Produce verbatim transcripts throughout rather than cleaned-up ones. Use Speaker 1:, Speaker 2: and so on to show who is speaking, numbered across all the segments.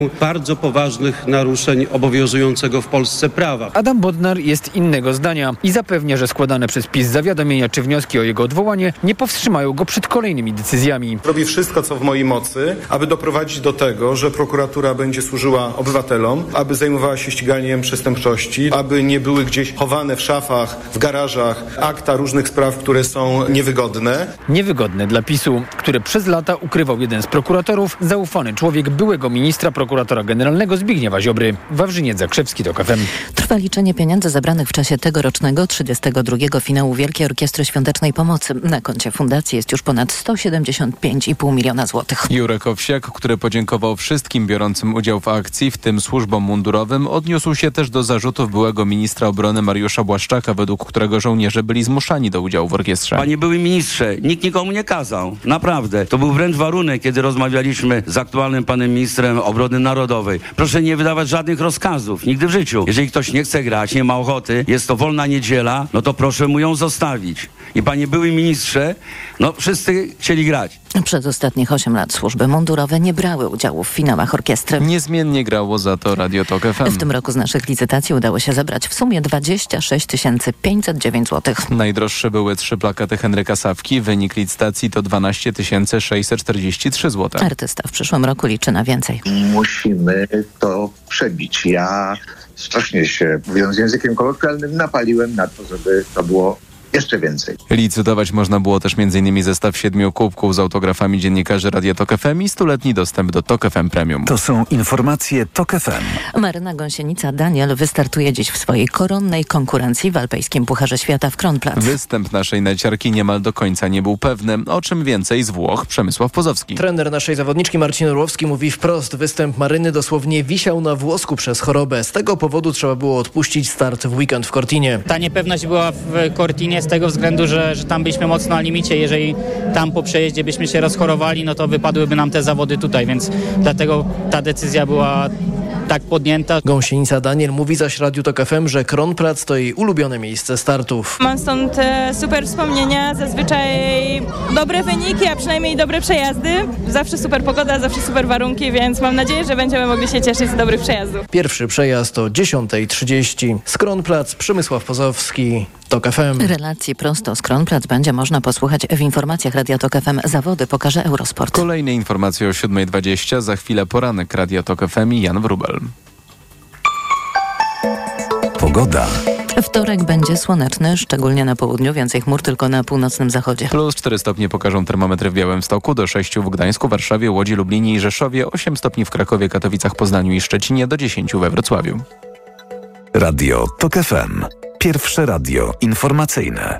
Speaker 1: bardzo poważnych naruszeń obowiązującego w Polsce prawa.
Speaker 2: Adam Bodnar jest innego zdania i zapewnia, że składane przez PiS zawiadomienia czy wnioski o jego odwołanie nie powstrzymają go przed kolejnymi decyzjami.
Speaker 3: Robię wszystko, co w mojej mocy, aby doprowadzić do tego, że prokuratura będzie służyła obywatelom, aby zajmowała się ściganiem przestępczości, aby nie były gdzieś chowane w szafach, w garażach akta różnych spraw, które są niewygodne.
Speaker 2: Niewygodne dla PiSu, które przez lata ukrywał jeden z prokuratorów, zaufany człowiek byłego ministra prokuratora generalnego Zbigniewa Ziobry. Wawrzyniec Zakrzewski, TOK F M.
Speaker 4: Trwa liczenie pieniędzy zebranych w czasie tegorocznego trzydziestego drugiego finału Wielkiej Orkiestry Świątecznej Pomocy. Na koncie fundacji jest już ponad sto siedemdziesiąt pięć i pół miliona złotych.
Speaker 5: Jurek Owsiak, który podziękował wszystkim biorącym udział w akcji, w tym służbom mundurowym, odniósł się też do zarzutów byłego ministra obrony Mariusza Błaszczaka, według którego żołnierze byli zmuszani do udziału w orkiestrze.
Speaker 6: Panie były ministrze, nikt nikomu nie kazał. Naprawdę. To był wręcz warunek, kiedy rozmawialiśmy z aktualnym panem ministrem obrony narodowej. Proszę nie wydawać żadnych rozkazów. Nigdy w życiu. Jeżeli ktoś nie chce grać, nie ma ochoty, jest to wolna niedziela, no to proszę mu ją zostawić. I panie były ministrze, no wszyscy chcieli grać.
Speaker 4: Przez ostatnich osiem lat służby mundurowe nie brały udziału w finałach orkiestry.
Speaker 5: Niezmiennie grało za to Radio TOK F M.
Speaker 4: W tym roku z naszych licytacji udało się zebrać w sumie dwadzieścia sześć tysięcy pięćset dziewięć złotych.
Speaker 5: Najdroższe były trzy plakaty Henryka Sawki. Wynik licytacji to dwanaście tysięcy sześćset czterdzieści trzy złote.
Speaker 4: Artysta w przyszłym roku liczy na więcej.
Speaker 7: Musimy to przebić. Ja strasznie się, mówiąc językiem kolokwialnym, napaliłem na to, żeby to było jeszcze więcej.
Speaker 5: Licytować można było też m.in. zestaw siedmiu kubków z autografami dziennikarzy Radia TOK F M i stuletni dostęp do TOK F M Premium.
Speaker 8: To są informacje TOK F M.
Speaker 4: Maryna Gąsienica-Daniel wystartuje dziś w swojej koronnej konkurencji w Alpejskim Pucharze Świata w Kronplatz.
Speaker 5: Występ naszej narciarki niemal do końca nie był pewny. O czym więcej z Włoch Przemysław Pozowski.
Speaker 9: Trener naszej zawodniczki Marcin Orłowski mówi wprost: występ Maryny dosłownie wisiał na włosku przez chorobę. Z tego powodu trzeba było odpuścić start w weekend w Cortinie.
Speaker 10: Ta niepewność była w Cortinie z tego względu, że, że tam byliśmy mocno na limicie. Jeżeli tam po przejeździe byśmy się rozchorowali, no to wypadłyby nam te zawody tutaj, więc dlatego ta decyzja była tak podjęta.
Speaker 9: Gąsienica Daniel mówi zaś Radiu TOK F M, że Kronplatz to jej ulubione miejsce startów.
Speaker 11: Mam stąd e, super wspomnienia, zazwyczaj dobre wyniki, a przynajmniej dobre przejazdy. Zawsze super pogoda, zawsze super warunki, więc mam nadzieję, że będziemy mogli się cieszyć z dobrych przejazdów.
Speaker 9: Pierwszy przejazd o dziesiąta trzydzieści. Z Kronplatz Przemysław Pozowski, TOK F M.
Speaker 4: Relacji prosto z Kronplatz będzie można posłuchać w informacjach Radia TOK F M. Zawody pokaże Eurosport.
Speaker 5: Kolejne informacje o siódma dwadzieścia. Za chwilę poranek Radia TOK F M i Jan Wróbel.
Speaker 8: Pogoda.
Speaker 4: Wtorek będzie słoneczny, szczególnie na południu, więcej chmur tylko na północnym zachodzie.
Speaker 5: Plus cztery stopnie pokażą termometry w Białymstoku, do sześciu w Gdańsku, Warszawie, Łodzi, Lublinie i Rzeszowie, osiem stopni w Krakowie, Katowicach, Poznaniu i Szczecinie, do dziesięciu we Wrocławiu.
Speaker 8: Radio TOK F M. Pierwsze radio informacyjne.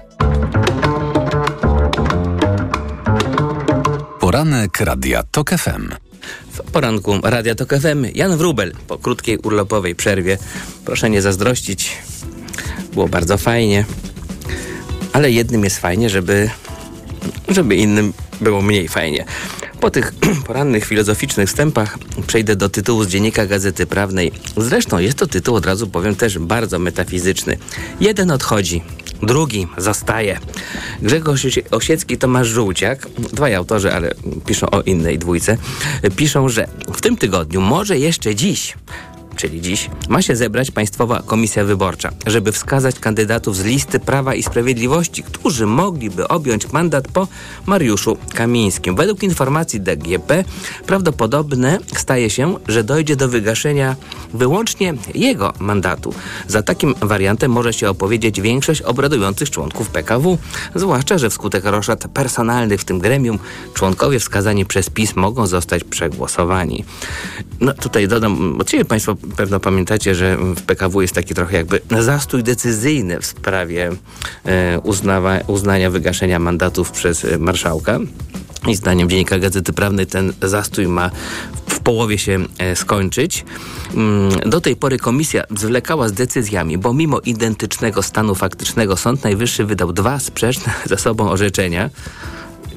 Speaker 8: Poranek Radia TOK F M.
Speaker 12: W poranku Radia TOK F M Jan Wróbel po krótkiej urlopowej przerwie. Proszę nie zazdrościć, było bardzo fajnie, ale jednym jest fajnie, żeby, żeby innym było mniej fajnie. Po tych porannych filozoficznych wstępach przejdę do tytułu z Dziennika Gazety Prawnej. Zresztą jest to tytuł, od razu powiem, też bardzo metafizyczny. Jeden odchodzi, drugi zostaje. Grzegorz Osiecki, Tomasz Żółciak, dwaj autorzy, ale piszą o innej dwójce, piszą, że w tym tygodniu, może jeszcze dziś, czyli dziś, ma się zebrać Państwowa Komisja Wyborcza, żeby wskazać kandydatów z listy Prawa i Sprawiedliwości, którzy mogliby objąć mandat po Mariuszu Kamińskim. Według informacji D G P prawdopodobne staje się, że dojdzie do wygaszenia wyłącznie jego mandatu. Za takim wariantem może się opowiedzieć większość obradujących członków P K W, zwłaszcza że wskutek roszad personalnych w tym gremium członkowie wskazani przez PiS mogą zostać przegłosowani. No tutaj dodam, od ciebie Państwo pewno pamiętacie, że w P K W jest taki trochę jakby zastój decyzyjny w sprawie e, uznawa, uznania wygaszenia mandatów przez e, marszałka. I zdaniem Dziennika Gazety Prawnej ten zastój ma w połowie się e, skończyć. Mm, do tej pory komisja zwlekała z decyzjami, bo mimo identycznego stanu faktycznego Sąd Najwyższy wydał dwa sprzeczne ze sobą orzeczenia.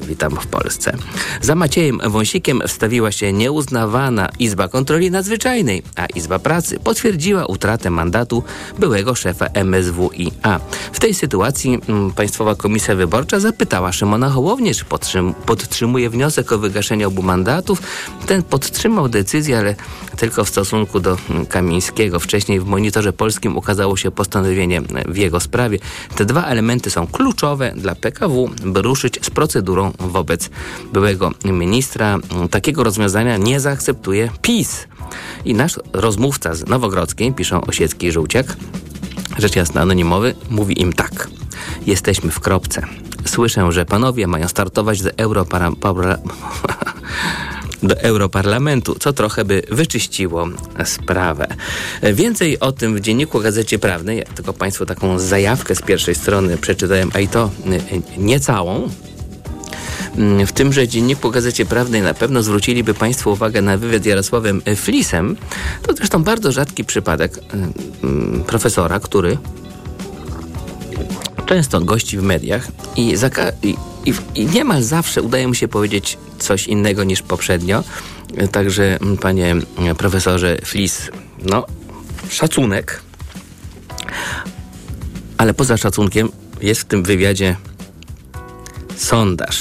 Speaker 12: Witam w Polsce. Za Maciejem Wąsikiem wstawiła się nieuznawana Izba Kontroli Nadzwyczajnej, a Izba Pracy potwierdziła utratę mandatu byłego szefa M S W i a. W tej sytuacji m, Państwowa Komisja Wyborcza zapytała Szymona Hołownię, czy podtrzym, podtrzymuje wniosek o wygaszenie obu mandatów. Ten podtrzymał decyzję, ale tylko w stosunku do m, Kamińskiego. Wcześniej w Monitorze Polskim ukazało się postanowienie w jego sprawie. Te dwa elementy są kluczowe dla P K W, by ruszyć z procedurą wobec byłego ministra. Takiego rozwiązania nie zaakceptuje PiS. I nasz rozmówca z Nowogrodzkiej, piszą Osiecki i Żółciak, rzecz jasna anonimowy, mówi im tak. Jesteśmy w kropce. Słyszę, że panowie mają startować do Europara... do Europarlamentu, co trochę by wyczyściło sprawę. Więcej o tym w Dzienniku Gazecie Prawnej. Ja tylko Państwu taką zajawkę z pierwszej strony przeczytałem, a i to nie całą. W tymże Dzienniku Gazecie Prawnej na pewno zwróciliby Państwo uwagę na wywiad z Jarosławem Flisem. To zresztą bardzo rzadki przypadek profesora, który często gości w mediach i, zaka- i, i, i niemal zawsze udaje mu się powiedzieć coś innego niż poprzednio. Także, panie profesorze Flis, no, szacunek, ale poza szacunkiem jest w tym wywiadzie sondaż.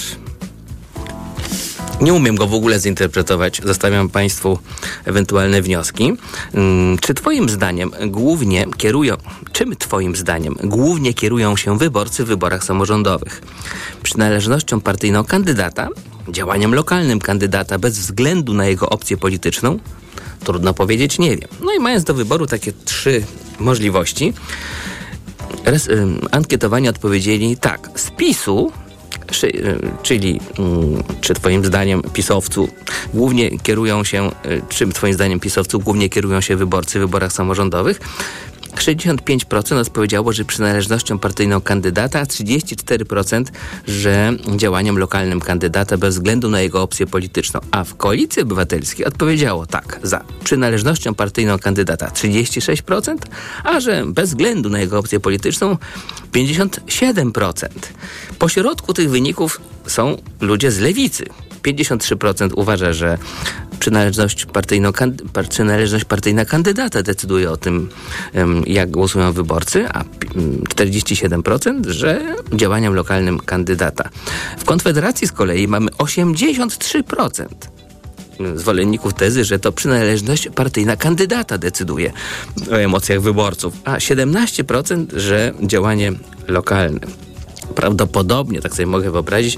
Speaker 12: Nie umiem go w ogóle zinterpretować. Zostawiam Państwu ewentualne wnioski. Czy Twoim zdaniem głównie kierują, czym Twoim zdaniem głównie kierują się wyborcy w wyborach samorządowych? Przynależnością partyjną kandydata, działaniem lokalnym kandydata bez względu na jego opcję polityczną? Trudno powiedzieć, nie wiem. No i mając do wyboru takie trzy możliwości, res, y, ankietowani odpowiedzieli tak, z PiSu, czyli czy Twoim zdaniem pisowcu głównie kierują się, czym Twoim zdaniem pisowcu głównie kierują się wyborcy w wyborach samorządowych? sześćdziesiąt pięć procent odpowiedziało, że przynależnością partyjną kandydata, a trzydzieści cztery procent, że działaniem lokalnym kandydata bez względu na jego opcję polityczną. A w Koalicji Obywatelskiej odpowiedziało tak, za przynależnością partyjną kandydata trzydzieści sześć procent, a że bez względu na jego opcję polityczną pięćdziesiąt siedem procent. Po środku tych wyników są ludzie z lewicy. pięćdziesiąt trzy procent uważa, że przynależność, partyjną, przynależność partyjna kandydata decyduje o tym, jak głosują wyborcy, a czterdzieści siedem procent, że działaniem lokalnym kandydata. W Konfederacji z kolei mamy osiemdziesiąt trzy procent zwolenników tezy, że to przynależność partyjna kandydata decyduje o emocjach wyborców, a siedemnaście procent, że działanie lokalne. Prawdopodobnie, tak sobie mogę wyobrazić,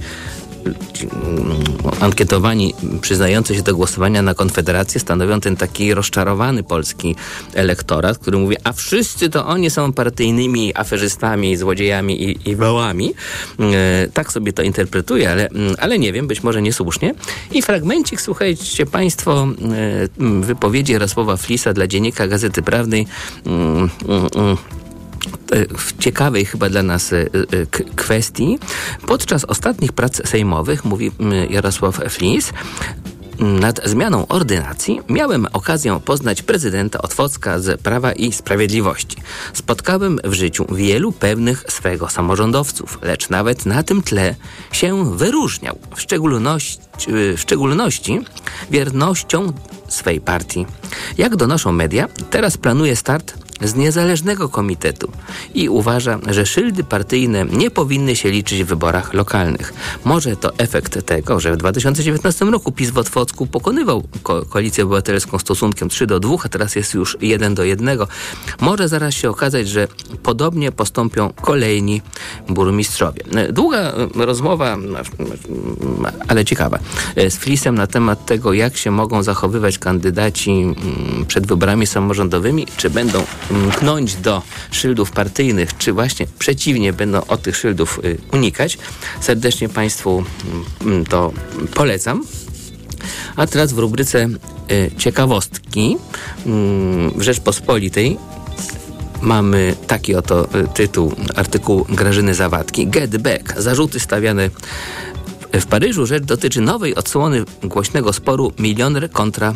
Speaker 12: ankietowani przyznający się do głosowania na Konfederację stanowią ten taki rozczarowany polski elektorat, który mówi, a wszyscy to oni są partyjnymi aferzystami, złodziejami i, i wołami. E, tak sobie to interpretuję, ale, ale nie wiem, być może niesłusznie. I fragmencik, słuchajcie Państwo, e, wypowiedzi Jarosława Flisa dla Dziennika Gazety Prawnej. Mm, mm, mm. W ciekawej chyba dla nas k- kwestii. Podczas ostatnich prac sejmowych, mówi Jarosław Flis, nad zmianą ordynacji miałem okazję poznać prezydenta Otwocka z Prawa i Sprawiedliwości. Spotkałem w życiu wielu pewnych swego samorządowców, lecz nawet na tym tle się wyróżniał. W szczególności, w szczególności wiernością swej partii. Jak donoszą media, teraz planuje start z niezależnego komitetu i uważa, że szyldy partyjne nie powinny się liczyć w wyborach lokalnych. Może to efekt tego, że w dwa tysiące dziewiętnastym roku PiS w Otwocku pokonywał ko- Koalicję Obywatelską stosunkiem trzy do dwóch, a teraz jest już jeden do jednego. Może zaraz się okazać, że podobnie postąpią kolejni burmistrzowie. Długa rozmowa, ale ciekawa, z Flisem na temat tego, jak się mogą zachowywać kandydaci przed wyborami samorządowymi, czy będą mknąć do szyldów partyjnych, czy właśnie przeciwnie, będą od tych szyldów unikać. Serdecznie Państwu to polecam. A teraz w rubryce ciekawostki w Rzeczpospolitej mamy taki oto tytuł artykułu Grażyny Zawadki. Get back. Zarzuty stawiane w Paryżu. Rzecz dotyczy nowej odsłony głośnego sporu milioner kontra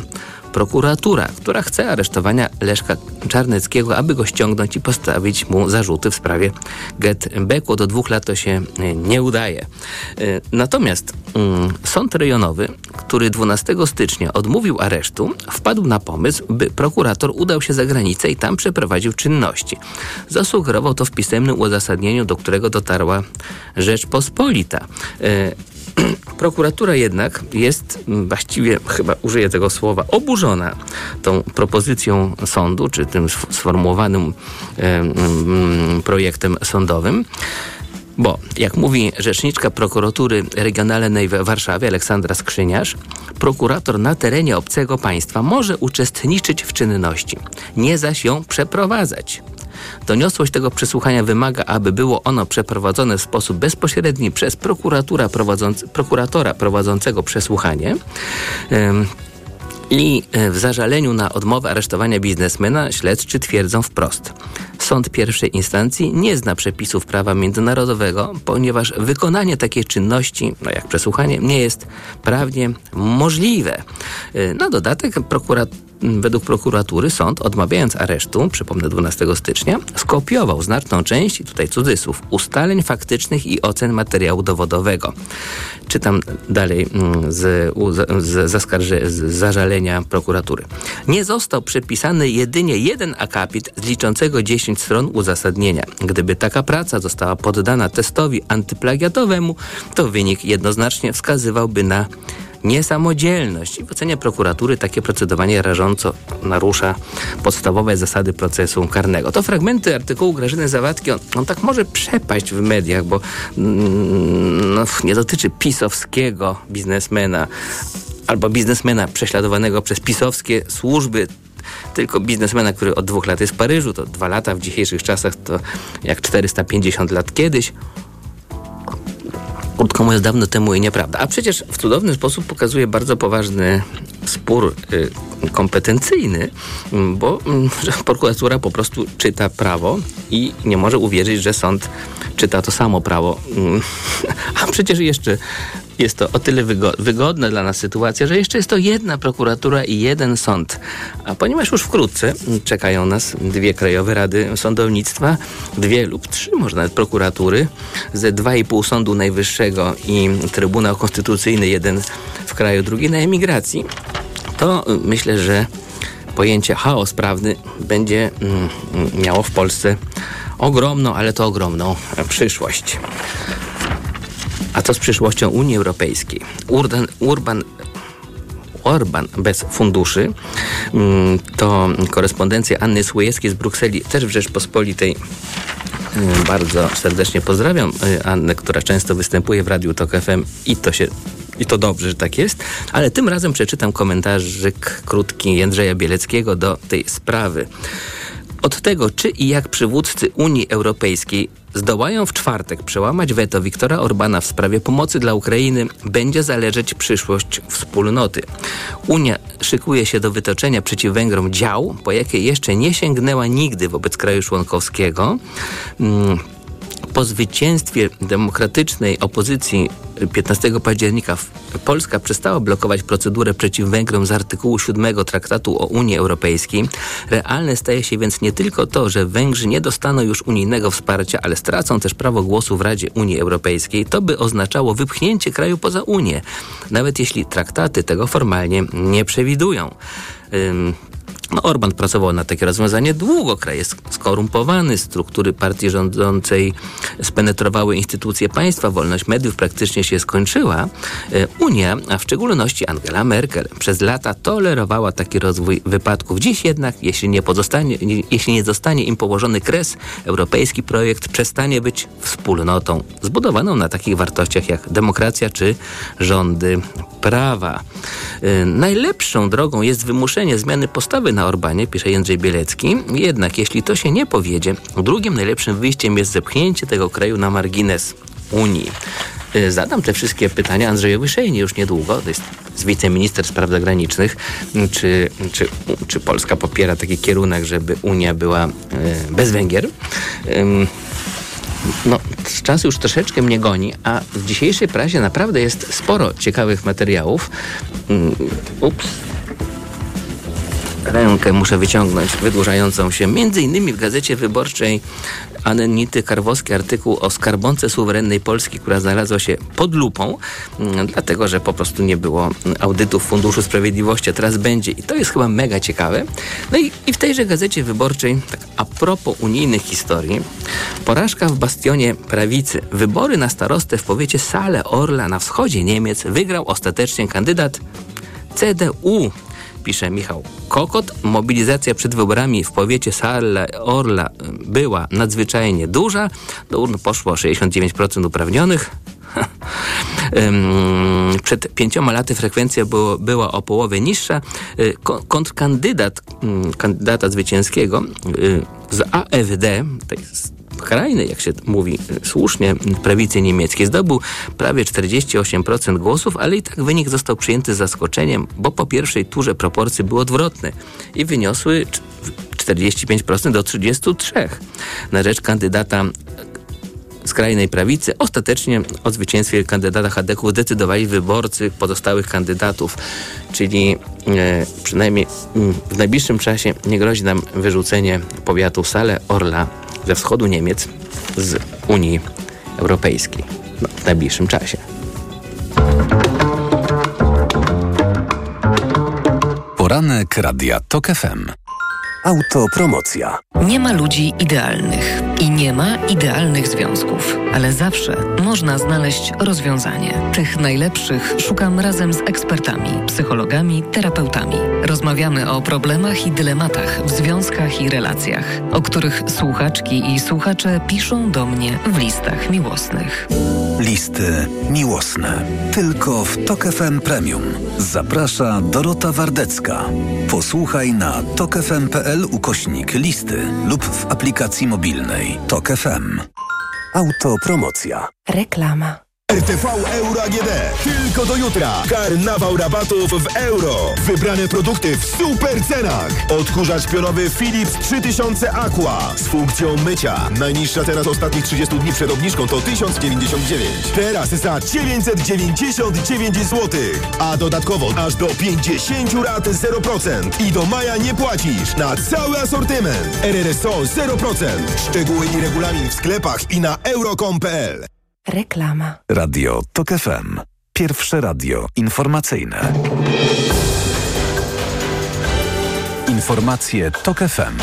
Speaker 12: prokuratura, która chce aresztowania Leszka Czarneckiego, aby go ściągnąć i postawić mu zarzuty w sprawie GetBacku. Do dwóch lat to się nie udaje. Natomiast mm, sąd rejonowy, który dwunastego stycznia odmówił aresztu, wpadł na pomysł, by prokurator udał się za granicę i tam przeprowadził czynności. Zasugerował to w pisemnym uzasadnieniu, do którego dotarła Rzeczpospolita. Prokuratura jednak jest właściwie, chyba użyję tego słowa, oburzona tą propozycją sądu, czy tym sformułowanym e, m, projektem sądowym. Bo, jak mówi rzeczniczka prokuratury regionalnej w Warszawie, Aleksandra Skrzyniarz, prokurator na terenie obcego państwa może uczestniczyć w czynności, nie zaś ją przeprowadzać. Doniosłość tego przesłuchania wymaga, aby było ono przeprowadzone w sposób bezpośredni przez prokuratora, prowadząc, prokuratora prowadzącego przesłuchanie. Ym, I w zażaleniu na odmowę aresztowania biznesmena śledczy twierdzą wprost: sąd pierwszej instancji nie zna przepisów prawa międzynarodowego, ponieważ wykonanie takiej czynności, no jak przesłuchanie, nie jest prawnie możliwe. Na dodatek prokurat Według prokuratury sąd, odmawiając aresztu, przypomnę dwunastego stycznia, skopiował znaczną część, i tutaj cudzysłów, ustaleń faktycznych i ocen materiału dowodowego. Czytam dalej z, z, zaskarży, z zażalenia prokuratury. Nie został przepisany jedynie jeden akapit z liczącego dziesięć stron uzasadnienia. Gdyby taka praca została poddana testowi antyplagiatowemu, to wynik jednoznacznie wskazywałby na niesamodzielność. I w ocenie prokuratury takie procedowanie rażąco narusza podstawowe zasady procesu karnego. To fragmenty artykułu Grażyny Zawadki. On, on tak może przepaść w mediach, bo mm, no, nie dotyczy pisowskiego biznesmena albo biznesmena prześladowanego przez pisowskie służby, tylko biznesmena, który od dwóch lat jest w Paryżu. To dwa lata w dzisiejszych czasach to jak czterysta pięćdziesiąt lat kiedyś. Krótko mówiąc, dawno temu i nieprawda. A przecież w cudowny sposób pokazuje bardzo poważny spór y, kompetencyjny, bo y, że prokuratura po prostu czyta prawo i nie może uwierzyć, że sąd czyta to samo prawo. Y, a przecież jeszcze jest to o tyle wygo- wygodna dla nas sytuacja, że jeszcze jest to jedna prokuratura i jeden sąd. A ponieważ już wkrótce czekają nas dwie krajowe rady sądownictwa, dwie lub trzy, może nawet prokuratury, ze dwa i pół Sądu Najwyższego i Trybunał Konstytucyjny, jeden w kraju, drugi na emigracji, to myślę, że pojęcie chaos prawny będzie mm, miało w Polsce ogromną, ale to ogromną przyszłość. A co z przyszłością Unii Europejskiej? Urban, Urban, Orban bez funduszy. To korespondencja Anny Słojewskiej z Brukseli, też w Rzeczpospolitej. Bardzo serdecznie pozdrawiam Annę, która często występuje w Radiu Tok F M i to się I to dobrze, że tak jest, ale tym razem przeczytam komentarzyk krótki Jędrzeja Bieleckiego do tej sprawy. Od tego, czy i jak przywódcy Unii Europejskiej zdołają w czwartek przełamać weto Viktora Orbana w sprawie pomocy dla Ukrainy, będzie zależeć przyszłość wspólnoty. Unia szykuje się do wytoczenia przeciw Węgrom dział, po jakie jeszcze nie sięgnęła nigdy wobec kraju członkowskiego. Hmm. Po zwycięstwie demokratycznej opozycji piętnastego października Polska przestała blokować procedurę przeciw Węgrom z artykułu siódmego Traktatu o Unii Europejskiej. Realne staje się więc nie tylko to, że Węgrzy nie dostaną już unijnego wsparcia, ale stracą też prawo głosu w Radzie Unii Europejskiej. To by oznaczało wypchnięcie kraju poza Unię, nawet jeśli traktaty tego formalnie nie przewidują. Ym, No, Orban pracował na takie rozwiązanie długo. Kraj jest skorumpowany, struktury partii rządzącej spenetrowały instytucje państwa, wolność mediów praktycznie się skończyła. Unia, a w szczególności Angela Merkel, przez lata tolerowała taki rozwój wypadków. Dziś jednak, jeśli nie pozostanie, jeśli nie zostanie im położony kres, europejski projekt przestanie być wspólnotą zbudowaną na takich wartościach jak demokracja czy rządy prawa. Najlepszą drogą jest wymuszenie zmiany postawy na Orbanie, pisze Jędrzej Bielecki. Jednak jeśli to się nie powiedzie, drugim najlepszym wyjściem jest zepchnięcie tego kraju na margines Unii. Zadam te wszystkie pytania Andrzejowi Szejnie już niedługo. To jest wiceminister spraw zagranicznych. Czy, czy, czy Polska popiera taki kierunek, żeby Unia była bez Węgier? No, czas już troszeczkę mnie goni, a w dzisiejszej prasie naprawdę jest sporo ciekawych materiałów. Ups. rękę muszę wyciągnąć, wydłużającą się. Między innymi w Gazecie Wyborczej Anny Karwowskiej artykuł o skarbonce suwerennej Polski, która znalazła się pod lupą, dlatego że po prostu nie było audytów Funduszu Sprawiedliwości, a teraz będzie i to jest chyba mega ciekawe. No i, i w tejże Gazecie Wyborczej, tak a propos unijnych historii, porażka w bastionie prawicy. Wybory na starostę w powiecie Saale-Orla na wschodzie Niemiec wygrał ostatecznie kandydat C D U. Pisze Michał Kokot. Mobilizacja przed wyborami w powiecie Saale-Orla była nadzwyczajnie duża. Do urn poszło sześćdziesiąt dziewięć procent uprawnionych. Przed pięcioma laty frekwencja było, była o połowę niższa. Kontrkandydat kandydata zwycięskiego z A F D, tej skrajnej, jak się mówi słusznie, prawicy niemieckiej, zdobył prawie czterdzieści osiem procent głosów, ale i tak wynik został przyjęty z zaskoczeniem, bo po pierwszej turze proporcje były odwrotne i wyniosły czterdzieści pięć procent do trzydziestu trzech procent na rzecz kandydata skrajnej prawicy. Ostatecznie o zwycięstwie kandydata Hadeków zdecydowali wyborcy pozostałych kandydatów, czyli e, przynajmniej m, w najbliższym czasie nie grozi nam wyrzucenie powiatu Saale-Orla ze wschodu Niemiec z Unii Europejskiej. No, w najbliższym czasie.
Speaker 8: Poranek Radia Tok F M. Autopromocja.
Speaker 13: Nie ma ludzi idealnych i nie ma idealnych związków, ale zawsze można znaleźć rozwiązanie. Tych najlepszych szukam razem z ekspertami, psychologami, terapeutami. Rozmawiamy o problemach i dylematach w związkach i relacjach, o których słuchaczki i słuchacze piszą do mnie w listach miłosnych.
Speaker 8: Listy miłosne. Tylko w Tok F M Premium. Zaprasza Dorota Wardecka. Posłuchaj na tok f m kropka p l ukośnik listy lub w aplikacji mobilnej Tok F M. Autopromocja.
Speaker 13: Reklama.
Speaker 14: R T V Euro A G D. Tylko do jutra. Karnawał rabatów w euro. Wybrane produkty w super cenach. Odkurzacz pionowy Philips trzy tysiące Aqua z funkcją mycia. Najniższa teraz ostatnich trzydziestu dni przed obniżką to tysiąc dziewięćdziesiąt dziewięć. Teraz za dziewięćset dziewięćdziesiąt dziewięć złotych. A dodatkowo aż do pięćdziesiąt rat zero procent. I do maja nie płacisz na cały asortyment. R R S O zero procent. Szczegóły i regulamin w sklepach i na euro kropka com kropka p l.
Speaker 13: Reklama.
Speaker 8: Radio Tok F M. Pierwsze radio informacyjne. Informacje Tok F M.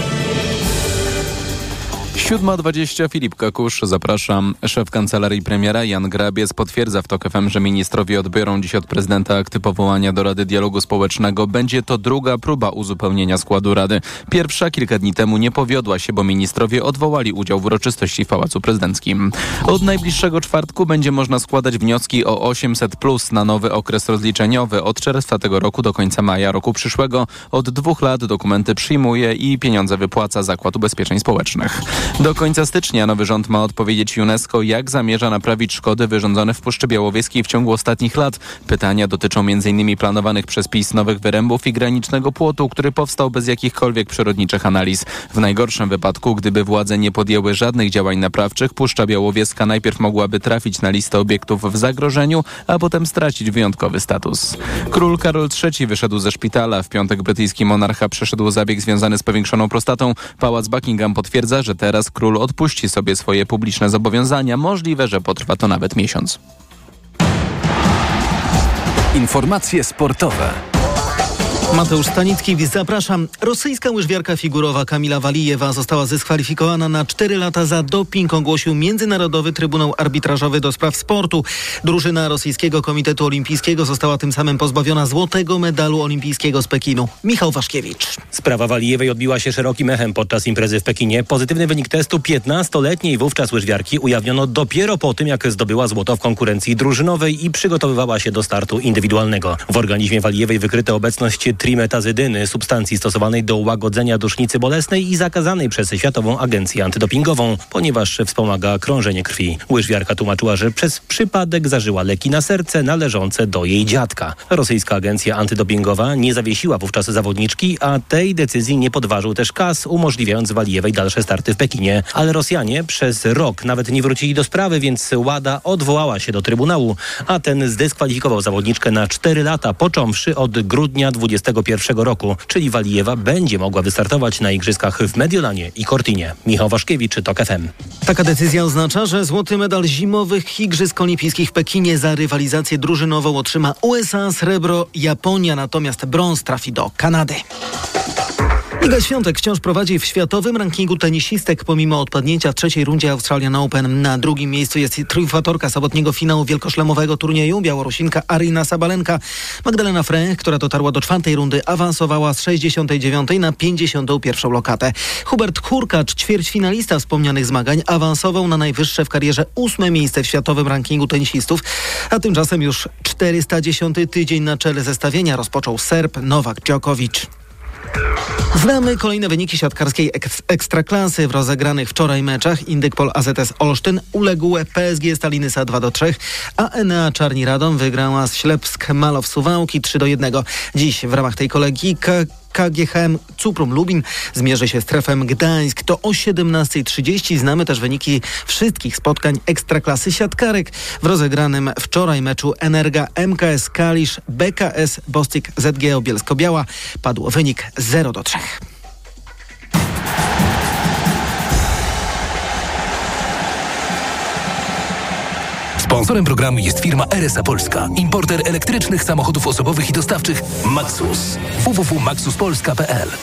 Speaker 5: siódma dwadzieścia, Filip Kakusz, zapraszam. Szef kancelarii premiera Jan Grabiec potwierdza w Tok F M, że ministrowie odbiorą dziś od prezydenta akty powołania do Rady Dialogu Społecznego. Będzie to druga próba uzupełnienia składu Rady. Pierwsza kilka dni temu nie powiodła się, bo ministrowie odwołali udział w uroczystości w Pałacu Prezydenckim. Od najbliższego czwartku będzie można składać wnioski o osiemset plus na nowy okres rozliczeniowy. Od czerwca tego roku do końca maja roku przyszłego. Od dwóch lat dokumenty przyjmuje i pieniądze wypłaca Zakład Ubezpieczeń Społecznych. Do końca stycznia nowy rząd ma odpowiedzieć UNESCO, jak zamierza naprawić szkody wyrządzone w Puszczy Białowieskiej w ciągu ostatnich lat. Pytania dotyczą między innymi planowanych przez PiS nowych wyrębów i granicznego płotu, który powstał bez jakichkolwiek przyrodniczych analiz. W najgorszym wypadku, gdyby władze nie podjęły żadnych działań naprawczych, Puszcza Białowieska najpierw mogłaby trafić na listę obiektów w zagrożeniu, a potem stracić wyjątkowy status. Król Karol trzeci wyszedł ze szpitala. W piątek brytyjski monarcha przeszedł zabieg związany z powiększoną prostatą. Pałac Buckingham potwierdza, że teraz król odpuści sobie swoje publiczne zobowiązania. Możliwe, że potrwa to nawet miesiąc.
Speaker 8: Informacje sportowe.
Speaker 15: Mateusz Stanicki, zapraszam. Rosyjska łyżwiarka figurowa Kamila Walijewa została zdyskwalifikowana na cztery lata za doping, ogłosił Międzynarodowy Trybunał Arbitrażowy do Spraw Sportu. Drużyna Rosyjskiego Komitetu Olimpijskiego została tym samym pozbawiona złotego medalu olimpijskiego z Pekinu. Michał Waszkiewicz.
Speaker 16: Sprawa Walijewej odbiła się szerokim echem podczas imprezy w Pekinie. Pozytywny wynik testu piętnastoletniej wówczas łyżwiarki ujawniono dopiero po tym, jak zdobyła złoto w konkurencji drużynowej i przygotowywała się do startu indywidualnego. W organizmie Walijewej wykryto obecność trimetazydyny, substancji stosowanej do łagodzenia dusznicy bolesnej i zakazanej przez Światową Agencję Antydopingową, ponieważ wspomaga krążenie krwi. Łyżwiarka tłumaczyła, że przez przypadek zażyła leki na serce należące do jej dziadka. Rosyjska Agencja Antydopingowa nie zawiesiła wówczas zawodniczki, a tej decyzji nie podważył też K A S, umożliwiając Walijewej dalsze starty w Pekinie. Ale Rosjanie przez rok nawet nie wrócili do sprawy, więc WADA odwołała się do Trybunału, a ten zdyskwalifikował zawodniczkę na cztery lata, począwszy od grudnia dwudziestego tysiącego pierwszego roku, czyli Walijewa będzie mogła wystartować na igrzyskach w Mediolanie i Cortinie. Michał Waszkiewicz, TOK F M.
Speaker 15: Taka decyzja oznacza, że złoty medal zimowych Igrzysk Olimpijskich w Pekinie za rywalizację drużynową otrzyma U S A, srebro Japonia, natomiast brąz trafi do Kanady. Iga Świątek wciąż prowadzi w światowym rankingu tenisistek pomimo odpadnięcia w trzeciej rundzie Australian Open. Na drugim miejscu jest triumfatorka sobotniego finału wielkoszlemowego turnieju, Białorusinka Aryna Sabalenka. Magdalena Frey, która dotarła do czwartej rundy, awansowała z sześćdziesiątej dziewiątej na pięćdziesiątą pierwszą lokatę. Hubert Hurkacz, ćwierćfinalista wspomnianych zmagań, awansował na najwyższe w karierze ósme miejsce w światowym rankingu tenisistów, a tymczasem już czterysta dziesiąty tydzień na czele zestawienia rozpoczął Serb Nowak Djokovic. Znamy kolejne wyniki siatkarskiej ek- ekstraklasy w rozegranych wczoraj meczach. Indykpol A Z S Olsztyn uległ P S G Stalinysa dwa do trzech, a Enea Czarni Radom wygrała z Ślepsk Malow Suwałki trzy do jednego. Dziś w ramach tej kolegi K- K G H M Cuprum Lubin zmierzy się z Trefem Gdańsk. To o siedemnasta trzydzieści. Znamy też wyniki wszystkich spotkań ekstraklasy siatkarek w rozegranym wczoraj meczu Energa M K S Kalisz B K S Bostik Z G O Bielsko-Biała. Padł wynik zero do trzech.
Speaker 17: Sponsorem programu jest firma R S A Polska, importer elektrycznych samochodów osobowych i dostawczych Maxus. w w w kropka maxus polska kropka p l.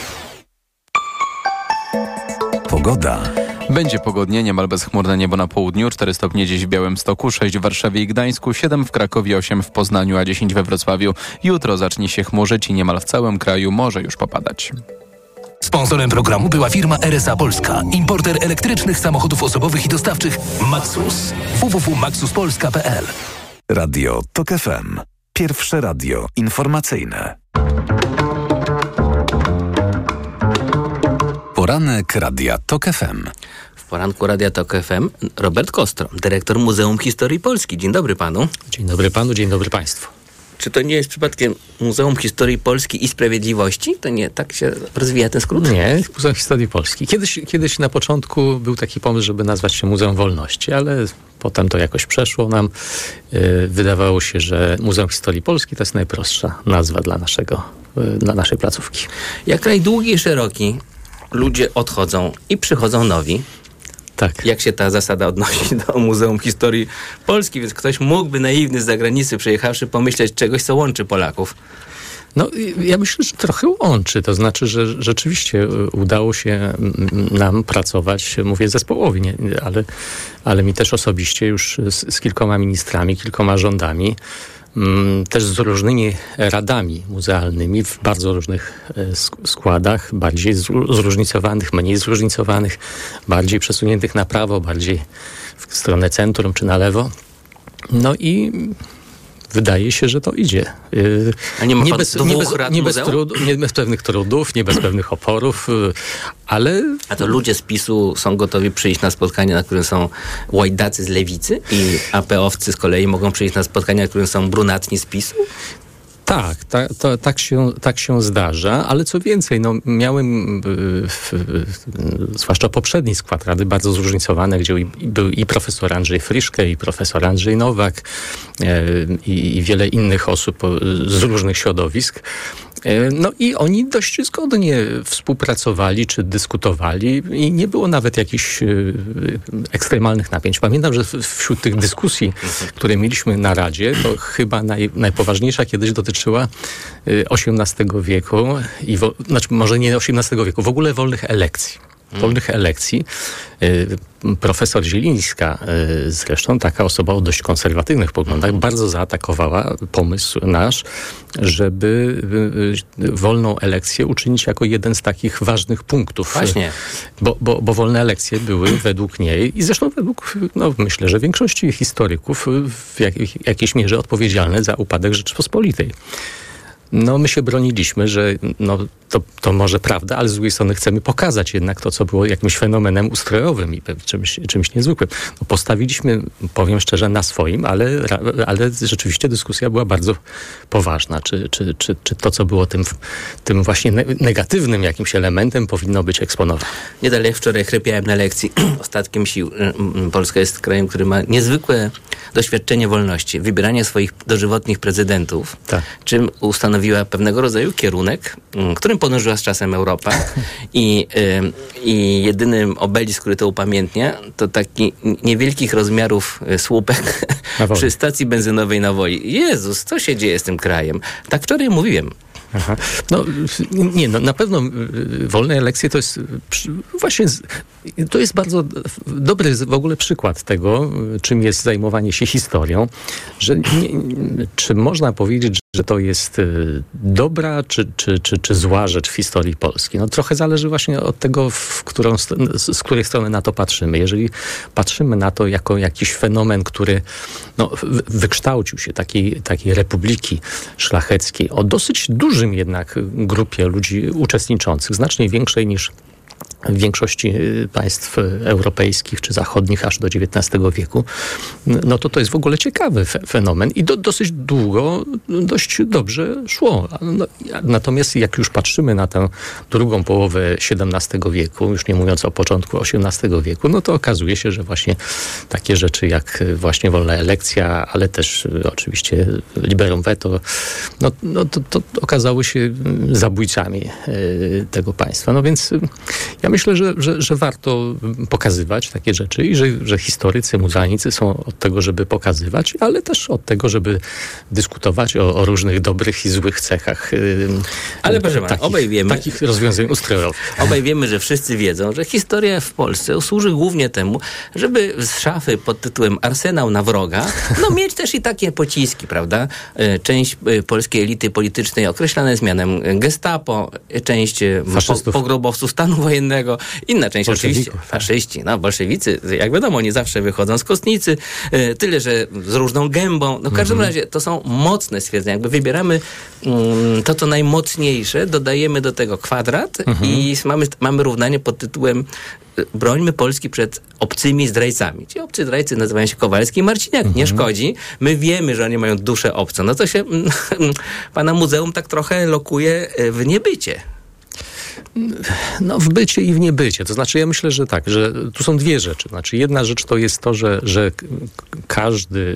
Speaker 8: Pogoda.
Speaker 5: Będzie pogodnie, niemal bezchmurne niebo na południu, cztery stopnie dziś w Białymstoku, sześć w Warszawie i Gdańsku, siedem w Krakowie, osiem w Poznaniu, a dziesięć we Wrocławiu. Jutro zacznie się chmurzyć i niemal w całym kraju może już popadać.
Speaker 17: Sponsorem programu była firma R S A Polska, importer elektrycznych samochodów osobowych i dostawczych Maxus. w w w kropka maxus polska kropka p l.
Speaker 8: Radio TOK F M. Pierwsze radio informacyjne. Poranek Radia TOK F M.
Speaker 12: W poranku Radia TOK F M Robert Kostro, dyrektor Muzeum Historii Polski. Dzień dobry panu.
Speaker 18: Dzień dobry panu, dzień dobry państwu.
Speaker 12: Czy to nie jest przypadkiem Muzeum Historii Polski i Sprawiedliwości? To nie tak się rozwija ten skrót?
Speaker 18: Nie, Muzeum Historii Polski. Kiedyś, kiedyś na początku był taki pomysł, żeby nazwać się Muzeum Wolności, ale potem to jakoś przeszło nam. Yy, wydawało się, że Muzeum Historii Polski to jest najprostsza nazwa dla naszego, yy, dla naszej placówki.
Speaker 12: Jak kraj długi i szeroki, ludzie odchodzą i przychodzą nowi.
Speaker 18: Tak.
Speaker 12: Jak się ta zasada odnosi do Muzeum Historii Polski? Więc ktoś mógłby naiwny z zagranicy przyjechawszy pomyśleć czegoś, co łączy Polaków.
Speaker 18: No, ja myślę, że trochę łączy. To znaczy, że rzeczywiście udało się nam pracować, mówię zespołowi, nie, ale, ale mi też osobiście już z, z kilkoma ministrami, kilkoma rządami, też z różnymi radami muzealnymi w bardzo różnych składach, bardziej zróżnicowanych, mniej zróżnicowanych, bardziej przesuniętych na prawo, bardziej w stronę centrum czy na lewo. No i wydaje się, że to idzie.
Speaker 12: A nie ma
Speaker 18: nie
Speaker 12: pan
Speaker 18: bez,
Speaker 12: dwóch
Speaker 18: nie bez,
Speaker 12: rad
Speaker 18: nie bez,
Speaker 12: muzeum?
Speaker 18: trud, nie bez pewnych trudów, nie bez pewnych oporów, ale...
Speaker 12: A to ludzie z PiSu są gotowi przyjść na spotkanie, na którym są łajdacy z lewicy i A P owcy z kolei mogą przyjść na spotkanie, na którym są brunatni z PiSu?
Speaker 18: Tak, ta, to, tak, się, tak się zdarza, ale co więcej, no, miałem y, w, y, zwłaszcza poprzedni skład Rady bardzo zróżnicowany, gdzie i, był i profesor Andrzej Friszke, i profesor Andrzej Nowak, y, i, i wiele innych osób y, z różnych środowisk. No i oni dość zgodnie współpracowali czy dyskutowali i nie było nawet jakichś y, ekstremalnych napięć. Pamiętam, że wśród tych dyskusji, które mieliśmy na Radzie, to chyba naj, najpoważniejsza kiedyś dotyczyła y, osiemnastego wieku, i wo, znaczy może nie osiemnastego wieku, w ogóle wolnych elekcji. Wolnych elekcji. Profesor Zielińska, zresztą taka osoba o dość konserwatywnych poglądach, bardzo zaatakowała pomysł nasz, żeby wolną elekcję uczynić jako jeden z takich ważnych punktów.
Speaker 12: Właśnie.
Speaker 18: Bo, bo, bo wolne elekcje były według niej i zresztą według, no myślę, że większości historyków w jak, jakiejś mierze odpowiedzialne za upadek Rzeczypospolitej. No my się broniliśmy, że no, to, to może prawda, ale z drugiej strony chcemy pokazać jednak to, co było jakimś fenomenem ustrojowym i czymś, czymś niezwykłym. No, postawiliśmy, powiem szczerze, na swoim, ale, ale rzeczywiście dyskusja była bardzo poważna. Czy, czy, czy, czy to, co było tym, tym właśnie negatywnym jakimś elementem, powinno być eksponowane.
Speaker 12: Nie dalej jak wczoraj chrypiałem na lekcji ostatkiem sił. Polska jest krajem, który ma niezwykłe doświadczenie wolności. Wybieranie swoich dożywotnich prezydentów, tak. czym ustanowienie stanowiła pewnego rodzaju kierunek, którym podążyła z czasem Europa i, i jedynym obelisk, który to upamiętnia, to taki niewielkich rozmiarów słupek przy stacji benzynowej na Woli. Jezus, co się dzieje z tym krajem? Tak wczoraj mówiłem.
Speaker 18: Aha. No nie, no na pewno wolne elekcje to jest właśnie, to jest bardzo dobry w ogóle przykład tego, czym jest zajmowanie się historią, że nie, czy można powiedzieć, że to jest dobra czy, czy, czy, czy zła rzecz w historii Polski. No trochę zależy właśnie od tego, w którą, z której strony na to patrzymy. Jeżeli patrzymy na to jako jakiś fenomen, który no, wykształcił się takiej, takiej republiki szlacheckiej o dosyć dużym jednak grupie ludzi uczestniczących, znacznie większej niż w większości państw europejskich czy zachodnich aż do dziewiętnastego wieku, no to to jest w ogóle ciekawy fenomen i do, dosyć długo, dość dobrze szło. No, natomiast jak już patrzymy na tę drugą połowę siedemnastego wieku, już nie mówiąc o początku osiemnastego wieku, no to okazuje się, że właśnie takie rzeczy jak właśnie wolna elekcja, ale też oczywiście liberum veto, no, no to, to okazały się zabójcami tego państwa. No więc ja myślę, że, że, że warto pokazywać takie rzeczy i że, że historycy, muzealnicy są od tego, żeby pokazywać, ale też od tego, żeby dyskutować o, o różnych dobrych i złych cechach.
Speaker 12: Ale proszę pana, obaj wiemy,
Speaker 18: takich rozwiązań ustrojowych.
Speaker 12: Obaj wiemy, że wszyscy wiedzą, że historia w Polsce służy głównie temu, żeby z szafy pod tytułem Arsenał na wroga, no mieć też i takie pociski, prawda? Część polskiej elity politycznej określana jest mianem gestapo, część po, pogrobowców stanu wojennego, inna część oczywiście faszyści. No, bolszewicy, jak wiadomo, nie zawsze wychodzą z kostnicy, y, tyle, że z różną gębą. No w każdym mm-hmm. razie to są mocne stwierdzenia. Jakby wybieramy mm, to, co najmocniejsze, dodajemy do tego kwadrat mm-hmm. i mamy, mamy równanie pod tytułem brońmy Polski przed obcymi zdrajcami. Ci obcy zdrajcy nazywają się Kowalski i Marciniak. Mm-hmm. Nie szkodzi. My wiemy, że oni mają duszę obcą. No to się pana muzeum tak trochę lokuje w niebycie.
Speaker 18: No w bycie i w niebycie. To znaczy ja myślę, że tak, że tu są dwie rzeczy. Znaczy jedna rzecz to jest to, że, że każdy,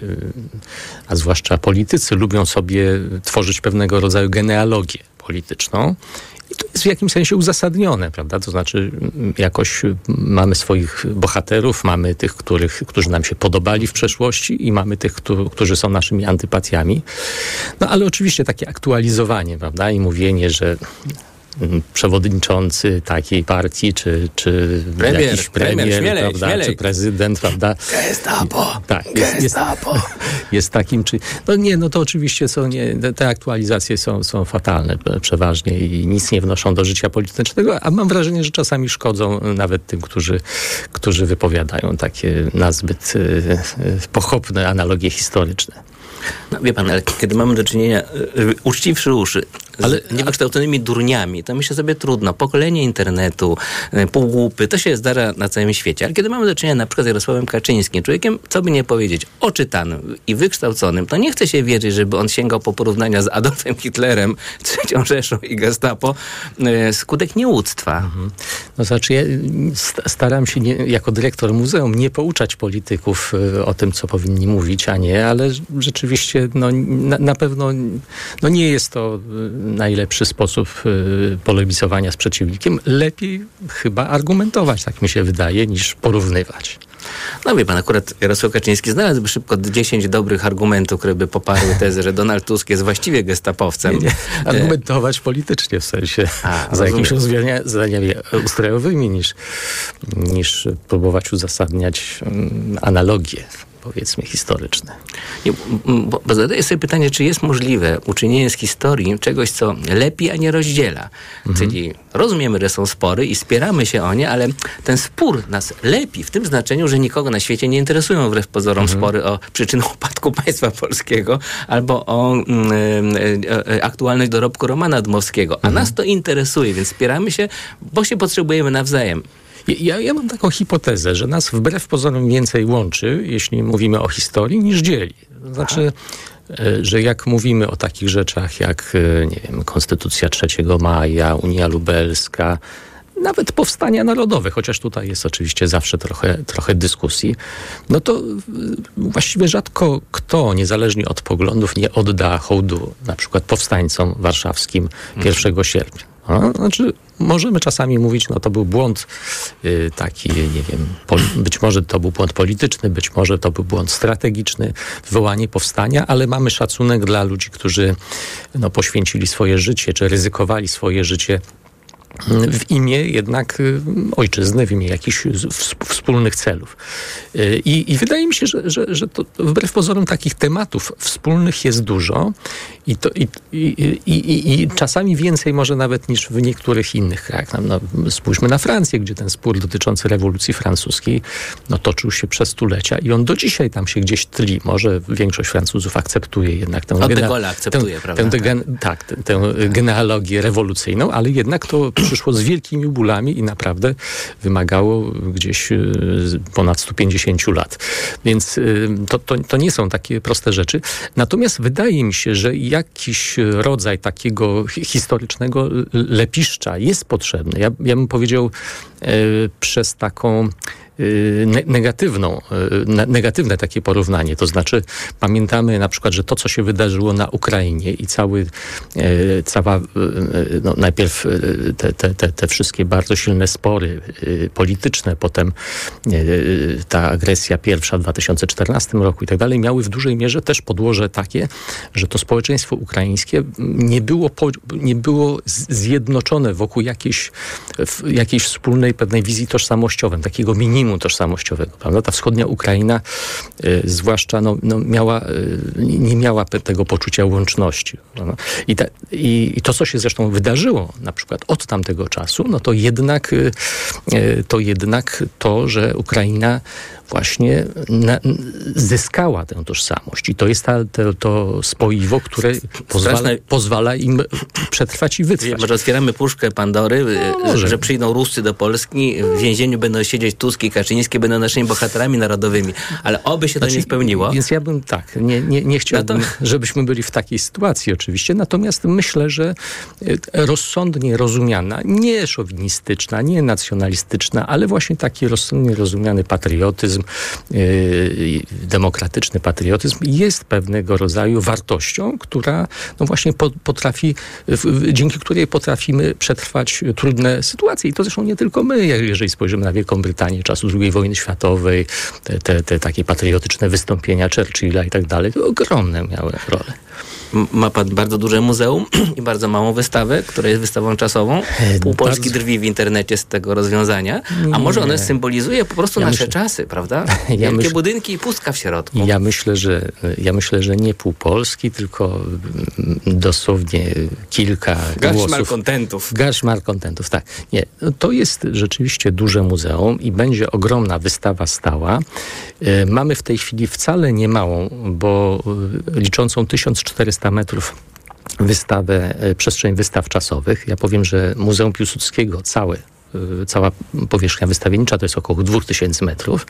Speaker 18: a zwłaszcza politycy lubią sobie tworzyć pewnego rodzaju genealogię polityczną. I to jest w jakimś sensie uzasadnione, prawda? To znaczy jakoś mamy swoich bohaterów, mamy tych, których, którzy nam się podobali w przeszłości i mamy tych, którzy są naszymi antypatiami. No ale oczywiście takie aktualizowanie, prawda? I mówienie, że przewodniczący takiej partii, czy, czy
Speaker 12: premier,
Speaker 18: jakiś premier,
Speaker 12: premier śmielej,
Speaker 18: prawda,
Speaker 12: śmielej.
Speaker 18: czy prezydent, prawda?
Speaker 12: Gestapo!
Speaker 18: Tak, jest, jest, jest takim, czy... No nie, no to oczywiście są, nie, te aktualizacje są, są fatalne przeważnie i nic nie wnoszą do życia politycznego, a mam wrażenie, że czasami szkodzą nawet tym, którzy, którzy wypowiadają takie nazbyt pochopne analogie historyczne.
Speaker 12: No wie pan, ale kiedy mamy do czynienia, y, uczciwszy uszy, z ale, niewykształconymi durniami, to myślę sobie trudno. Pokolenie internetu, y, półgłupy, to się zdarza na całym świecie. Ale kiedy mamy do czynienia na przykład z Jarosławem Kaczyńskim, człowiekiem, co by nie powiedzieć, oczytanym i wykształconym, to nie chce się wierzyć, żeby on sięgał po porównania z Adolfem Hitlerem, trzecią Rzeszą i Gestapo, y, skutek nieuctwa. Mhm.
Speaker 18: No znaczy, ja staram się nie, jako dyrektor muzeum nie pouczać polityków y, o tym, co powinni mówić, a nie, ale rzeczywiście no, na, na pewno no, nie jest to najlepszy sposób y, polemizowania z przeciwnikiem. Lepiej chyba argumentować, tak mi się wydaje, niż porównywać.
Speaker 12: No wie pan, akurat Jarosław Kaczyński znalazłby szybko dziesięć dobrych argumentów, które by poparły tezę, że Donald Tusk jest właściwie gestapowcem.
Speaker 18: Nie, nie. Argumentować politycznie, w sensie A, za jakimiś rozwiązaniami ustrojowymi, niż, niż próbować uzasadniać um, analogie, powiedzmy, historyczne.
Speaker 12: Nie, bo, bo zadaję sobie pytanie, czy jest możliwe uczynienie z historii czegoś, co lepi, a nie rozdziela. Mhm. Czyli rozumiemy, że są spory i spieramy się o nie, ale ten spór nas lepi w tym znaczeniu, że nikogo na świecie nie interesują wbrew pozorom mhm. spory o przyczynę upadku państwa polskiego albo o mm, y, y, aktualność dorobku Romana Dmowskiego. A mhm. nas to interesuje, więc spieramy się, bo się potrzebujemy nawzajem.
Speaker 18: Ja, ja mam taką hipotezę, że nas wbrew pozorom więcej łączy, jeśli mówimy o historii, niż dzieli. To znaczy, Aha. że jak mówimy o takich rzeczach jak, nie wiem, Konstytucja trzeciego maja, Unia Lubelska, nawet powstania narodowe, chociaż tutaj jest oczywiście zawsze trochę, trochę dyskusji, no to właściwie rzadko kto, niezależnie od poglądów, nie odda hołdu na przykład powstańcom warszawskim pierwszego sierpnia. No, znaczy, możemy czasami mówić, no to był błąd y, taki, nie wiem, pol- być może to był błąd polityczny, być może to był błąd strategiczny, wywołanie powstania, ale mamy szacunek dla ludzi, którzy no, poświęcili swoje życie, czy ryzykowali swoje życie w imię jednak ojczyzny, w imię jakichś wspólnych celów. I, i wydaje mi się, że, że, że to wbrew pozorom takich tematów wspólnych jest dużo i, to, i, i, i, i czasami więcej może nawet niż w niektórych innych krajach. No, no, spójrzmy na Francję, gdzie ten spór dotyczący rewolucji francuskiej no, toczył się przez stulecia i on do dzisiaj tam się gdzieś tli. Może większość Francuzów akceptuje jednak tę,
Speaker 12: Od
Speaker 18: gena-
Speaker 12: de Gaulle'a akceptuje,
Speaker 18: tę,
Speaker 12: prawda?
Speaker 18: tę, tę, tak, tę, tę genealogię rewolucyjną, ale jednak to przyszło z wielkimi bólami i naprawdę wymagało gdzieś ponad sto pięćdziesiąt lat. Więc to, to, to nie są takie proste rzeczy. Natomiast wydaje mi się, że jakiś rodzaj takiego historycznego lepiszcza jest potrzebny. Ja, ja bym powiedział e, przez taką Ne- negatywną, ne- negatywne takie porównanie. To znaczy pamiętamy na przykład, że to, co się wydarzyło na Ukrainie i cały, e, cała, e, no, najpierw te, te, te, te wszystkie bardzo silne spory e, polityczne, potem e, ta agresja pierwsza w dwa tysiące czternastym roku i tak dalej, miały w dużej mierze też podłoże takie, że to społeczeństwo ukraińskie nie było, po, nie było zjednoczone wokół jakiejś, jakiejś wspólnej pewnej wizji tożsamościowej, takiego minimum tożsamościowego, prawda? Ta wschodnia Ukraina y, zwłaszcza no, no miała, y, nie miała pe- tego poczucia łączności. No. I, ta, i, I to, co się zresztą wydarzyło na przykład od tamtego czasu, no to jednak y, y, to jednak to, że Ukraina właśnie na, zyskała tę tożsamość. I to jest ta, to, to spoiwo, które pozwala, pozwala im przetrwać i wytrwać.
Speaker 12: Może otwieramy puszkę Pandory, no, że przyjdą Ruscy do Polski, w więzieniu będą siedzieć Tusk i Kaczyński, będą naszymi bohaterami narodowymi. Ale oby się to znaczy, nie spełniło.
Speaker 18: Więc ja bym tak, nie, nie, nie chciałbym, no to... żebyśmy byli w takiej sytuacji oczywiście, natomiast myślę, że rozsądnie rozumiana, nie szowinistyczna, nie nacjonalistyczna, ale właśnie taki rozsądnie rozumiany patriotyzm, Yy, demokratyczny patriotyzm jest pewnego rodzaju wartością, która no właśnie po, potrafi, w, dzięki której potrafimy przetrwać trudne sytuacje. I to zresztą nie tylko my, jeżeli spojrzymy na Wielką Brytanię czasu drugiej wojny światowej, te, te, te takie patriotyczne wystąpienia Churchilla i tak dalej, to ogromne miały rolę.
Speaker 12: Ma pan bardzo duże muzeum i bardzo małą wystawę, która jest wystawą czasową. Pół Polski bardzo... drwi w internecie z tego rozwiązania. A może one symbolizuje po prostu ja nasze myślę... czasy, prawda? Ja Wielkie myśl... budynki i pustka w środku.
Speaker 18: Ja myślę, że, ja myślę, że nie pół Polski, tylko dosłownie kilka
Speaker 12: Garść
Speaker 18: głosów.
Speaker 12: malkontentów.
Speaker 18: Garść malkontentów, tak. Nie, to jest rzeczywiście duże muzeum i będzie ogromna wystawa stała. Mamy w tej chwili wcale nie małą, bo liczącą tysiąc czterysta metrów wystawę, przestrzeń wystaw czasowych. Ja powiem, że Muzeum Piłsudskiego całe, cała powierzchnia wystawiennicza to jest około dwa tysiące metrów.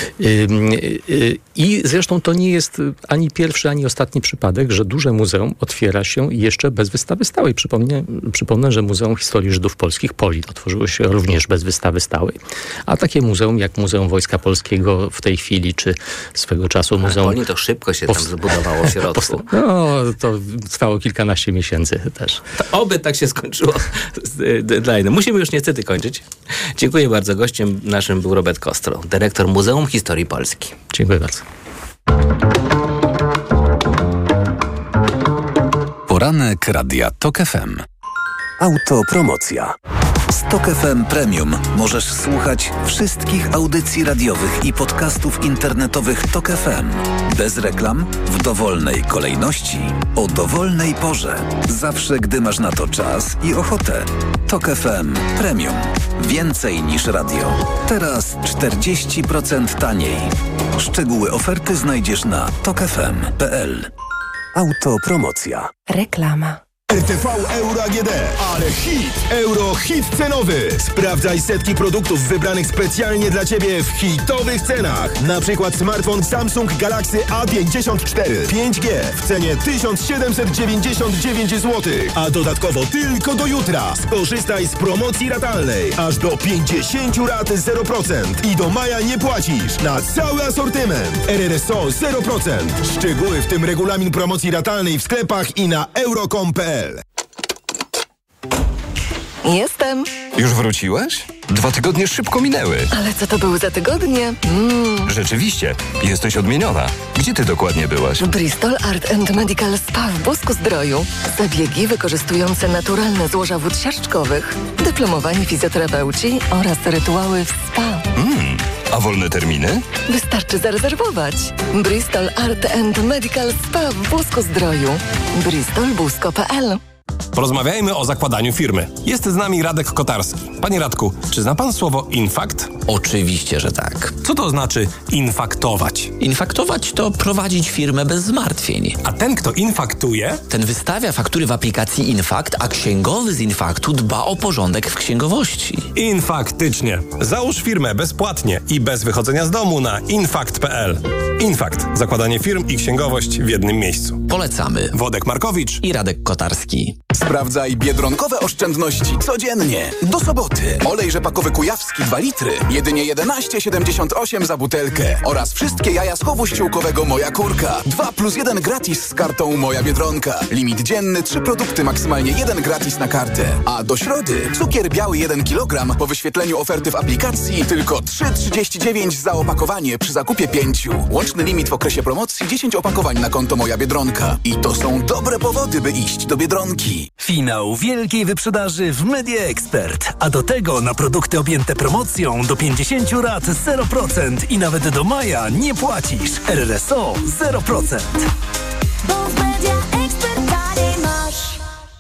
Speaker 18: I zresztą to nie jest ani pierwszy, ani ostatni przypadek, że duże muzeum otwiera się jeszcze bez wystawy stałej. Przypomnę, przypomnę że Muzeum Historii Żydów Polskich, Polin, otworzyło się również bez wystawy stałej. A takie muzeum jak Muzeum Wojska Polskiego w tej chwili, czy swego czasu
Speaker 12: Ale
Speaker 18: Muzeum...
Speaker 12: Polin to szybko się tam zbudowało w środku.
Speaker 18: No, to trwało kilkanaście miesięcy też.
Speaker 12: To oby tak się skończyło. Musimy już niestety kończyć. Dziękuję bardzo. Gościem naszym był Robert Kostro, dyrektor Muzeum Historii Polski.
Speaker 18: Dziękuję bardzo.
Speaker 8: Poranek Radia Tok F M. Autopromocja. Z Tok F M Premium możesz słuchać wszystkich audycji radiowych i podcastów internetowych Tok F M. Bez reklam, w dowolnej kolejności, o dowolnej porze. Zawsze, gdy masz na to czas i ochotę. Tok F M Premium. Więcej niż radio. Teraz czterdzieści procent taniej. Szczegóły oferty znajdziesz na tok f m kropka p l. Autopromocja.
Speaker 19: Reklama.
Speaker 14: R T V Euro A G D. Ale hit! Euro hit cenowy. Sprawdzaj setki produktów wybranych specjalnie dla Ciebie w hitowych cenach. Na przykład smartfon Samsung Galaxy A pięćdziesiąt cztery pięć G w cenie tysiąc siedemset dziewięćdziesiąt dziewięć złotych. A dodatkowo tylko do jutra skorzystaj z promocji ratalnej. Aż do pięćdziesiąt rat zero procent. I do maja nie płacisz na cały asortyment. R R S O zero procent. Szczegóły, w tym regulamin promocji ratalnej w sklepach i na euro kropka com kropka p l.
Speaker 19: Jestem.
Speaker 20: Już wróciłaś? Dwa tygodnie szybko minęły.
Speaker 19: Ale co to były za tygodnie? Mm.
Speaker 20: Rzeczywiście, jesteś odmieniona. Gdzie ty dokładnie byłaś?
Speaker 19: Bristol Art and Medical Spa w Busku-Zdroju. Zabiegi wykorzystujące naturalne złoża wód siarczkowych, dyplomowani fizjoterapeuci oraz rytuały w spa.
Speaker 20: Mm. A wolne terminy?
Speaker 19: Wystarczy zarezerwować. Bristol Art and Medical Spa w Busku-Zdroju. bristol busko kropka p l.
Speaker 21: Porozmawiajmy o zakładaniu firmy. Jest z nami Radek Kotarski. Panie Radku, czy zna pan słowo infakt?
Speaker 22: Oczywiście, że tak.
Speaker 21: Co to znaczy infaktować?
Speaker 22: Infaktować to prowadzić firmę bez zmartwień.
Speaker 21: A ten, kto infaktuje?
Speaker 22: Ten wystawia faktury w aplikacji Infakt, a księgowy z Infaktu dba o porządek w księgowości.
Speaker 21: Infaktycznie. Załóż firmę bezpłatnie i bez wychodzenia z domu na infakt kropka p l. Infakt. Zakładanie firm i księgowość w jednym miejscu.
Speaker 22: Polecamy.
Speaker 21: Wodek Markowicz
Speaker 22: i Radek Kotarski.
Speaker 23: Sprawdzaj biedronkowe oszczędności codziennie. Do soboty. Olej rzepakowy kujawski dwa litry. Jedynie jedenaście siedemdziesiąt osiem za butelkę. Oraz wszystkie jaja z chowu ściółkowego Moja Kurka. dwa plus jeden gratis z kartą Moja Biedronka. Limit dzienny trzy produkty, maksymalnie jeden gratis na kartę. A do środy cukier biały jeden kilogram po wyświetleniu oferty w aplikacji tylko trzy trzydzieści dziewięć za opakowanie przy zakupie pięciu. Łączny limit w okresie promocji dziesięć opakowań na konto Moja Biedronka. I to są dobre powody, by iść do Biedronki.
Speaker 24: Finał wielkiej wyprzedaży w Media Expert. A do tego na produkty objęte promocją do pięćdziesiąt rat zero procent i nawet do maja nie płacisz. R R S O zero procent.
Speaker 25: Bo w Media Expert taniej masz.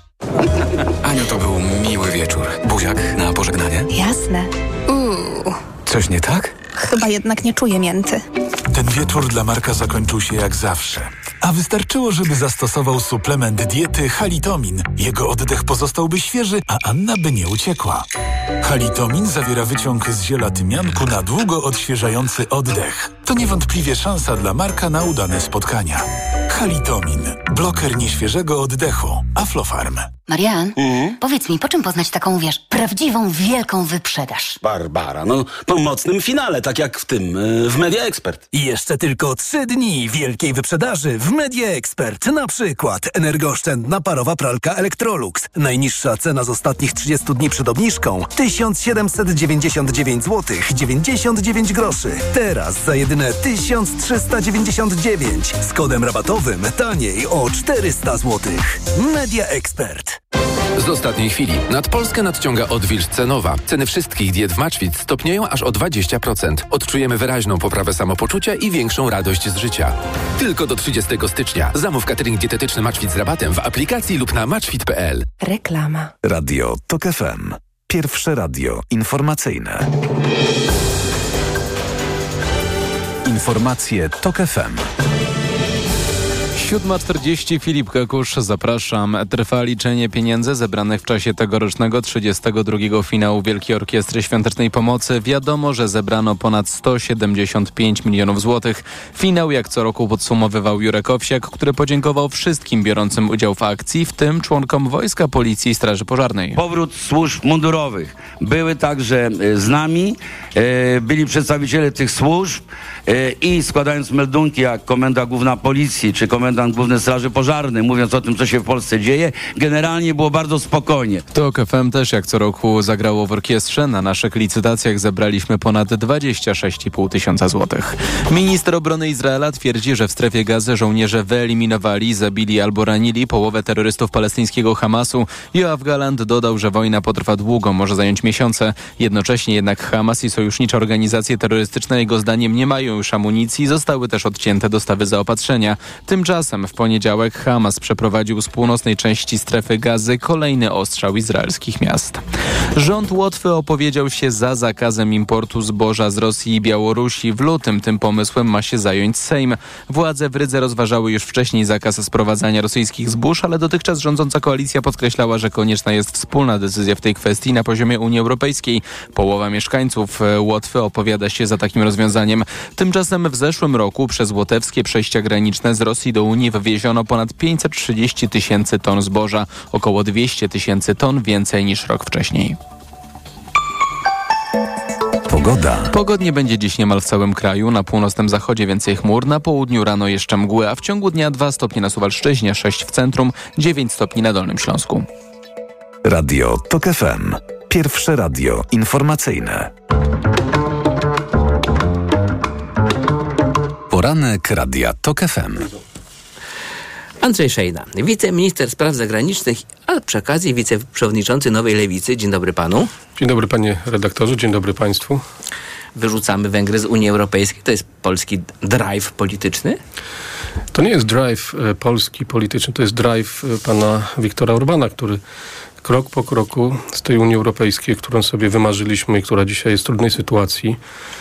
Speaker 26: Aniu, to był miły wieczór. Buziak na pożegnanie?
Speaker 27: Jasne. Uuu.
Speaker 26: Coś nie tak?
Speaker 27: Chyba jednak nie czuję mięty.
Speaker 28: Ten wieczór dla Marka zakończył się jak zawsze. A wystarczyło, żeby zastosował suplement diety Halitomin. Jego oddech pozostałby świeży, a Anna by nie uciekła. Halitomin zawiera wyciąg z ziela tymianku na długo odświeżający oddech. To niewątpliwie szansa dla Marka na udane spotkania. Halitomin. Bloker nieświeżego oddechu. Aflofarm.
Speaker 29: Marian, mm? powiedz mi, po czym poznać taką, wiesz, prawdziwą, wielką wyprzedaż?
Speaker 30: Barbara, no po mocnym finale, tak jak w tym, w Media Expert.
Speaker 24: I jeszcze tylko trzy dni wielkiej wyprzedaży w Media Expert. Na przykład energooszczędna parowa pralka Electrolux. Najniższa cena z ostatnich trzydziestu dni przed obniżką tysiąc siedemset dziewięćdziesiąt dziewięć złotych dziewięćdziesiąt dziewięć groszy. Teraz za jedyne tysiąc trzysta dziewięćdziesiąt dziewięć. Z kodem rabatowym taniej o czterysta złotych. Media Expert.
Speaker 31: Z ostatniej chwili nad Polskę nadciąga odwilż cenowa. Ceny wszystkich diet w Maczwit stopnieją aż o dwadzieścia procent. Odczujemy wyraźną poprawę samopoczucia i większą radość z życia. Tylko do trzydziestego stycznia. Zamów catering dietetyczny Maczwit z rabatem w aplikacji lub na maczwit kropka p l.
Speaker 27: Reklama.
Speaker 8: Radio TOK F M. Pierwsze radio informacyjne. Informacje TOK F M.
Speaker 5: siódma czterdzieści, Filip Kakusz, zapraszam. Trwa liczenie pieniędzy zebranych w czasie tegorocznego trzydziestego drugiego finału Wielkiej Orkiestry Świątecznej Pomocy. Wiadomo, że zebrano ponad sto siedemdziesiąt pięć milionów złotych. Finał jak co roku podsumowywał Jurek Owsiak, który podziękował wszystkim biorącym udział w akcji, w tym członkom Wojska, Policji i Straży Pożarnej.
Speaker 6: Powrót służb mundurowych. Były także z nami, byli przedstawiciele tych służb i składając meldunki jak Komenda Główna Policji czy Komendant Główny Straży Pożarnej, mówiąc o tym, co się w Polsce dzieje, generalnie było bardzo spokojnie.
Speaker 5: TOK F M też jak co roku zagrało w orkiestrze. Na naszych licytacjach zebraliśmy ponad dwadzieścia sześć i pół tysiąca złotych. Minister obrony Izraela twierdzi, że w strefie Gazy żołnierze wyeliminowali, zabili albo ranili połowę terrorystów palestyńskiego Hamasu. Joachim Gallant dodał, że wojna potrwa długo, może zająć miesiące. Jednocześnie jednak Hamas i sojusznicze organizacje terrorystyczne jego zdaniem nie mają już amunicji. Zostały też odcięte dostawy zaopatrzenia. Tymczasem Tymczasem w poniedziałek Hamas przeprowadził z północnej części strefy Gazy kolejny ostrzał izraelskich miast. Rząd Łotwy opowiedział się za zakazem importu zboża z Rosji i Białorusi. W lutym tym pomysłem ma się zająć Sejm. Władze w Rydze rozważały już wcześniej zakaz sprowadzania rosyjskich zbóż, ale dotychczas rządząca koalicja podkreślała, że konieczna jest wspólna decyzja w tej kwestii na poziomie Unii Europejskiej. Połowa mieszkańców Łotwy opowiada się za takim rozwiązaniem. Tymczasem w zeszłym roku przez łotewskie przejścia graniczne z Rosji do Unii wywieziono ponad pięćset trzydzieści tysięcy ton zboża, około dwieście tysięcy ton więcej niż rok wcześniej.
Speaker 8: Pogoda.
Speaker 5: Pogodnie będzie dziś niemal w całym kraju. Na północnym zachodzie więcej chmur, na południu rano jeszcze mgły, a w ciągu dnia dwa stopnie na Suwalszczyźnie, sześć w centrum, dziewięć stopni na Dolnym Śląsku.
Speaker 8: Radio TOK F M. Pierwsze radio informacyjne. Poranek Radia TOK F M.
Speaker 12: Andrzej Szejna, wiceminister spraw zagranicznych, a przy okazji wiceprzewodniczący Nowej Lewicy. Dzień dobry panu.
Speaker 1: Dzień dobry panie redaktorze, dzień dobry państwu.
Speaker 12: Wyrzucamy Węgry z Unii Europejskiej. To jest polski drive polityczny?
Speaker 1: To nie jest drive e, polski polityczny, to jest drive e, pana Viktora Orbana, który krok po kroku z tej Unii Europejskiej, którą sobie wymarzyliśmy i która dzisiaj jest w trudnej sytuacji,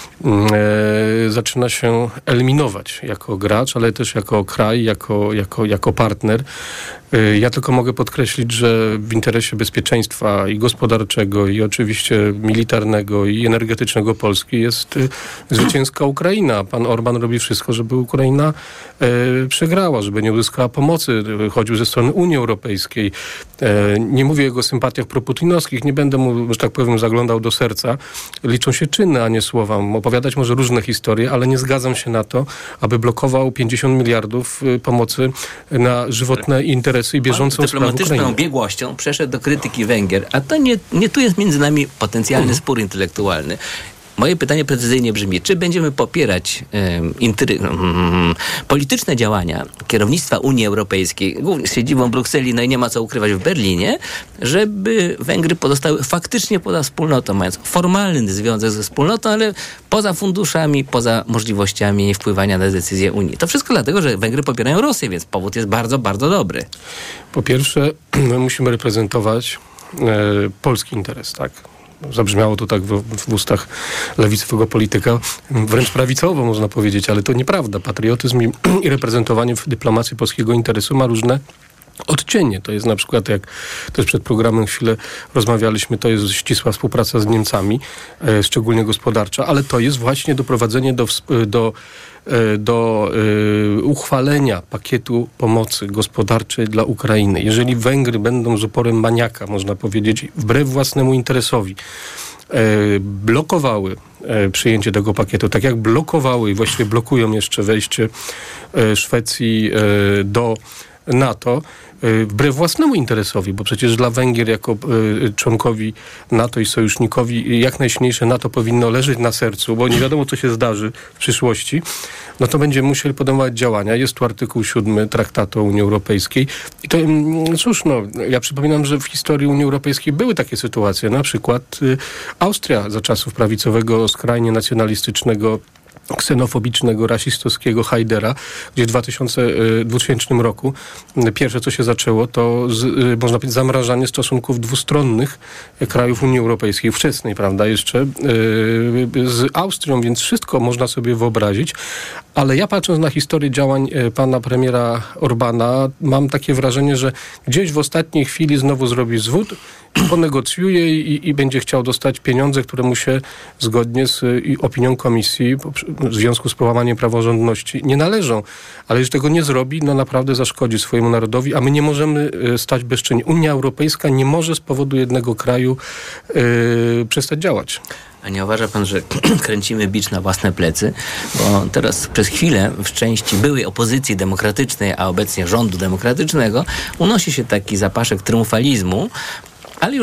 Speaker 1: e, zaczyna się eliminować jako gracz, ale też jako kraj, jako, jako, jako partner. E, ja tylko mogę podkreślić, że w interesie bezpieczeństwa i gospodarczego, i oczywiście militarnego, i energetycznego Polski jest e, zwycięska Ukraina. Pan Orban robi wszystko, żeby Ukraina e, przegrała, żeby nie uzyskała pomocy, choćby ze strony Unii Europejskiej. E, nie mówię o jego sympatiach proputinowskich, nie będę mu, że tak powiem, zaglądał do serca. Liczą się czyny, a nie słowa. Opowiadać może różne historie, ale nie zgadzam się na to, aby blokował pięćdziesiąt miliardów pomocy na żywotne interesy i bieżącą sprawę Ukrainy.
Speaker 12: Dyplomatyczną biegłością przeszedł do krytyki Węgier, a to nie, nie tu jest między nami potencjalny hmm. spór intelektualny. Moje pytanie precyzyjnie brzmi, czy będziemy popierać um, intry- um, polityczne działania kierownictwa Unii Europejskiej, głównie z siedzibą w Brukseli, no i nie ma co ukrywać w Berlinie, żeby Węgry pozostały faktycznie poza wspólnotą, mając formalny związek ze wspólnotą, ale poza funduszami, poza możliwościami wpływania na decyzje Unii. To wszystko dlatego, że Węgry popierają Rosję, więc powód jest bardzo, bardzo dobry.
Speaker 1: Po pierwsze, my musimy reprezentować e, polski interes, tak? Zabrzmiało to tak w, w ustach lewicowego polityka, wręcz prawicowo można powiedzieć, ale to nieprawda. Patriotyzm i, i reprezentowanie w dyplomacji polskiego interesu ma różne odcienie. To jest na przykład, jak też przed programem chwilę rozmawialiśmy, to jest ścisła współpraca z Niemcami, e, szczególnie gospodarcza, ale to jest właśnie doprowadzenie do, do do y, uchwalenia pakietu pomocy gospodarczej dla Ukrainy. Jeżeli Węgry będą z uporem maniaka, można powiedzieć, wbrew własnemu interesowi, y, blokowały y, przyjęcie tego pakietu, tak jak blokowały i właściwie blokują jeszcze wejście y, Szwecji y, do NATO, wbrew własnemu interesowi, bo przecież dla Węgier jako y, członkowi NATO i sojusznikowi jak najsilniejsze NATO powinno leżeć na sercu, bo nie wiadomo, co się zdarzy w przyszłości, no to będziemy musieli podejmować działania. Jest tu artykuł siódmy Traktatu o Unii Europejskiej i to, cóż, no, ja przypominam, że w historii Unii Europejskiej były takie sytuacje, na przykład y, Austria za czasów prawicowego, skrajnie nacjonalistycznego, ksenofobicznego, rasistowskiego Hajdera, gdzie w dwutysięcznym roku pierwsze, co się zaczęło, to z, można powiedzieć zamrażanie stosunków dwustronnych krajów Unii Europejskiej, wczesnej, prawda, jeszcze yy, z Austrią, więc wszystko można sobie wyobrazić, ale ja patrząc na historię działań pana premiera Orbana, mam takie wrażenie, że gdzieś w ostatniej chwili znowu zrobi zwód, ponegocjuje i, i będzie chciał dostać pieniądze, które mu się zgodnie z opinią komisji w związku z połamaniem praworządności nie należą. Ale jeśli tego nie zrobi, no naprawdę zaszkodzi swojemu narodowi, a my nie możemy stać bezczynnie. Unia Europejska nie może z powodu jednego kraju yy, przestać działać.
Speaker 12: A nie uważa pan, że kręcimy bicz na własne plecy? Bo teraz przez chwilę w części byłej opozycji demokratycznej, a obecnie rządu demokratycznego unosi się taki zapaszek triumfalizmu, ale już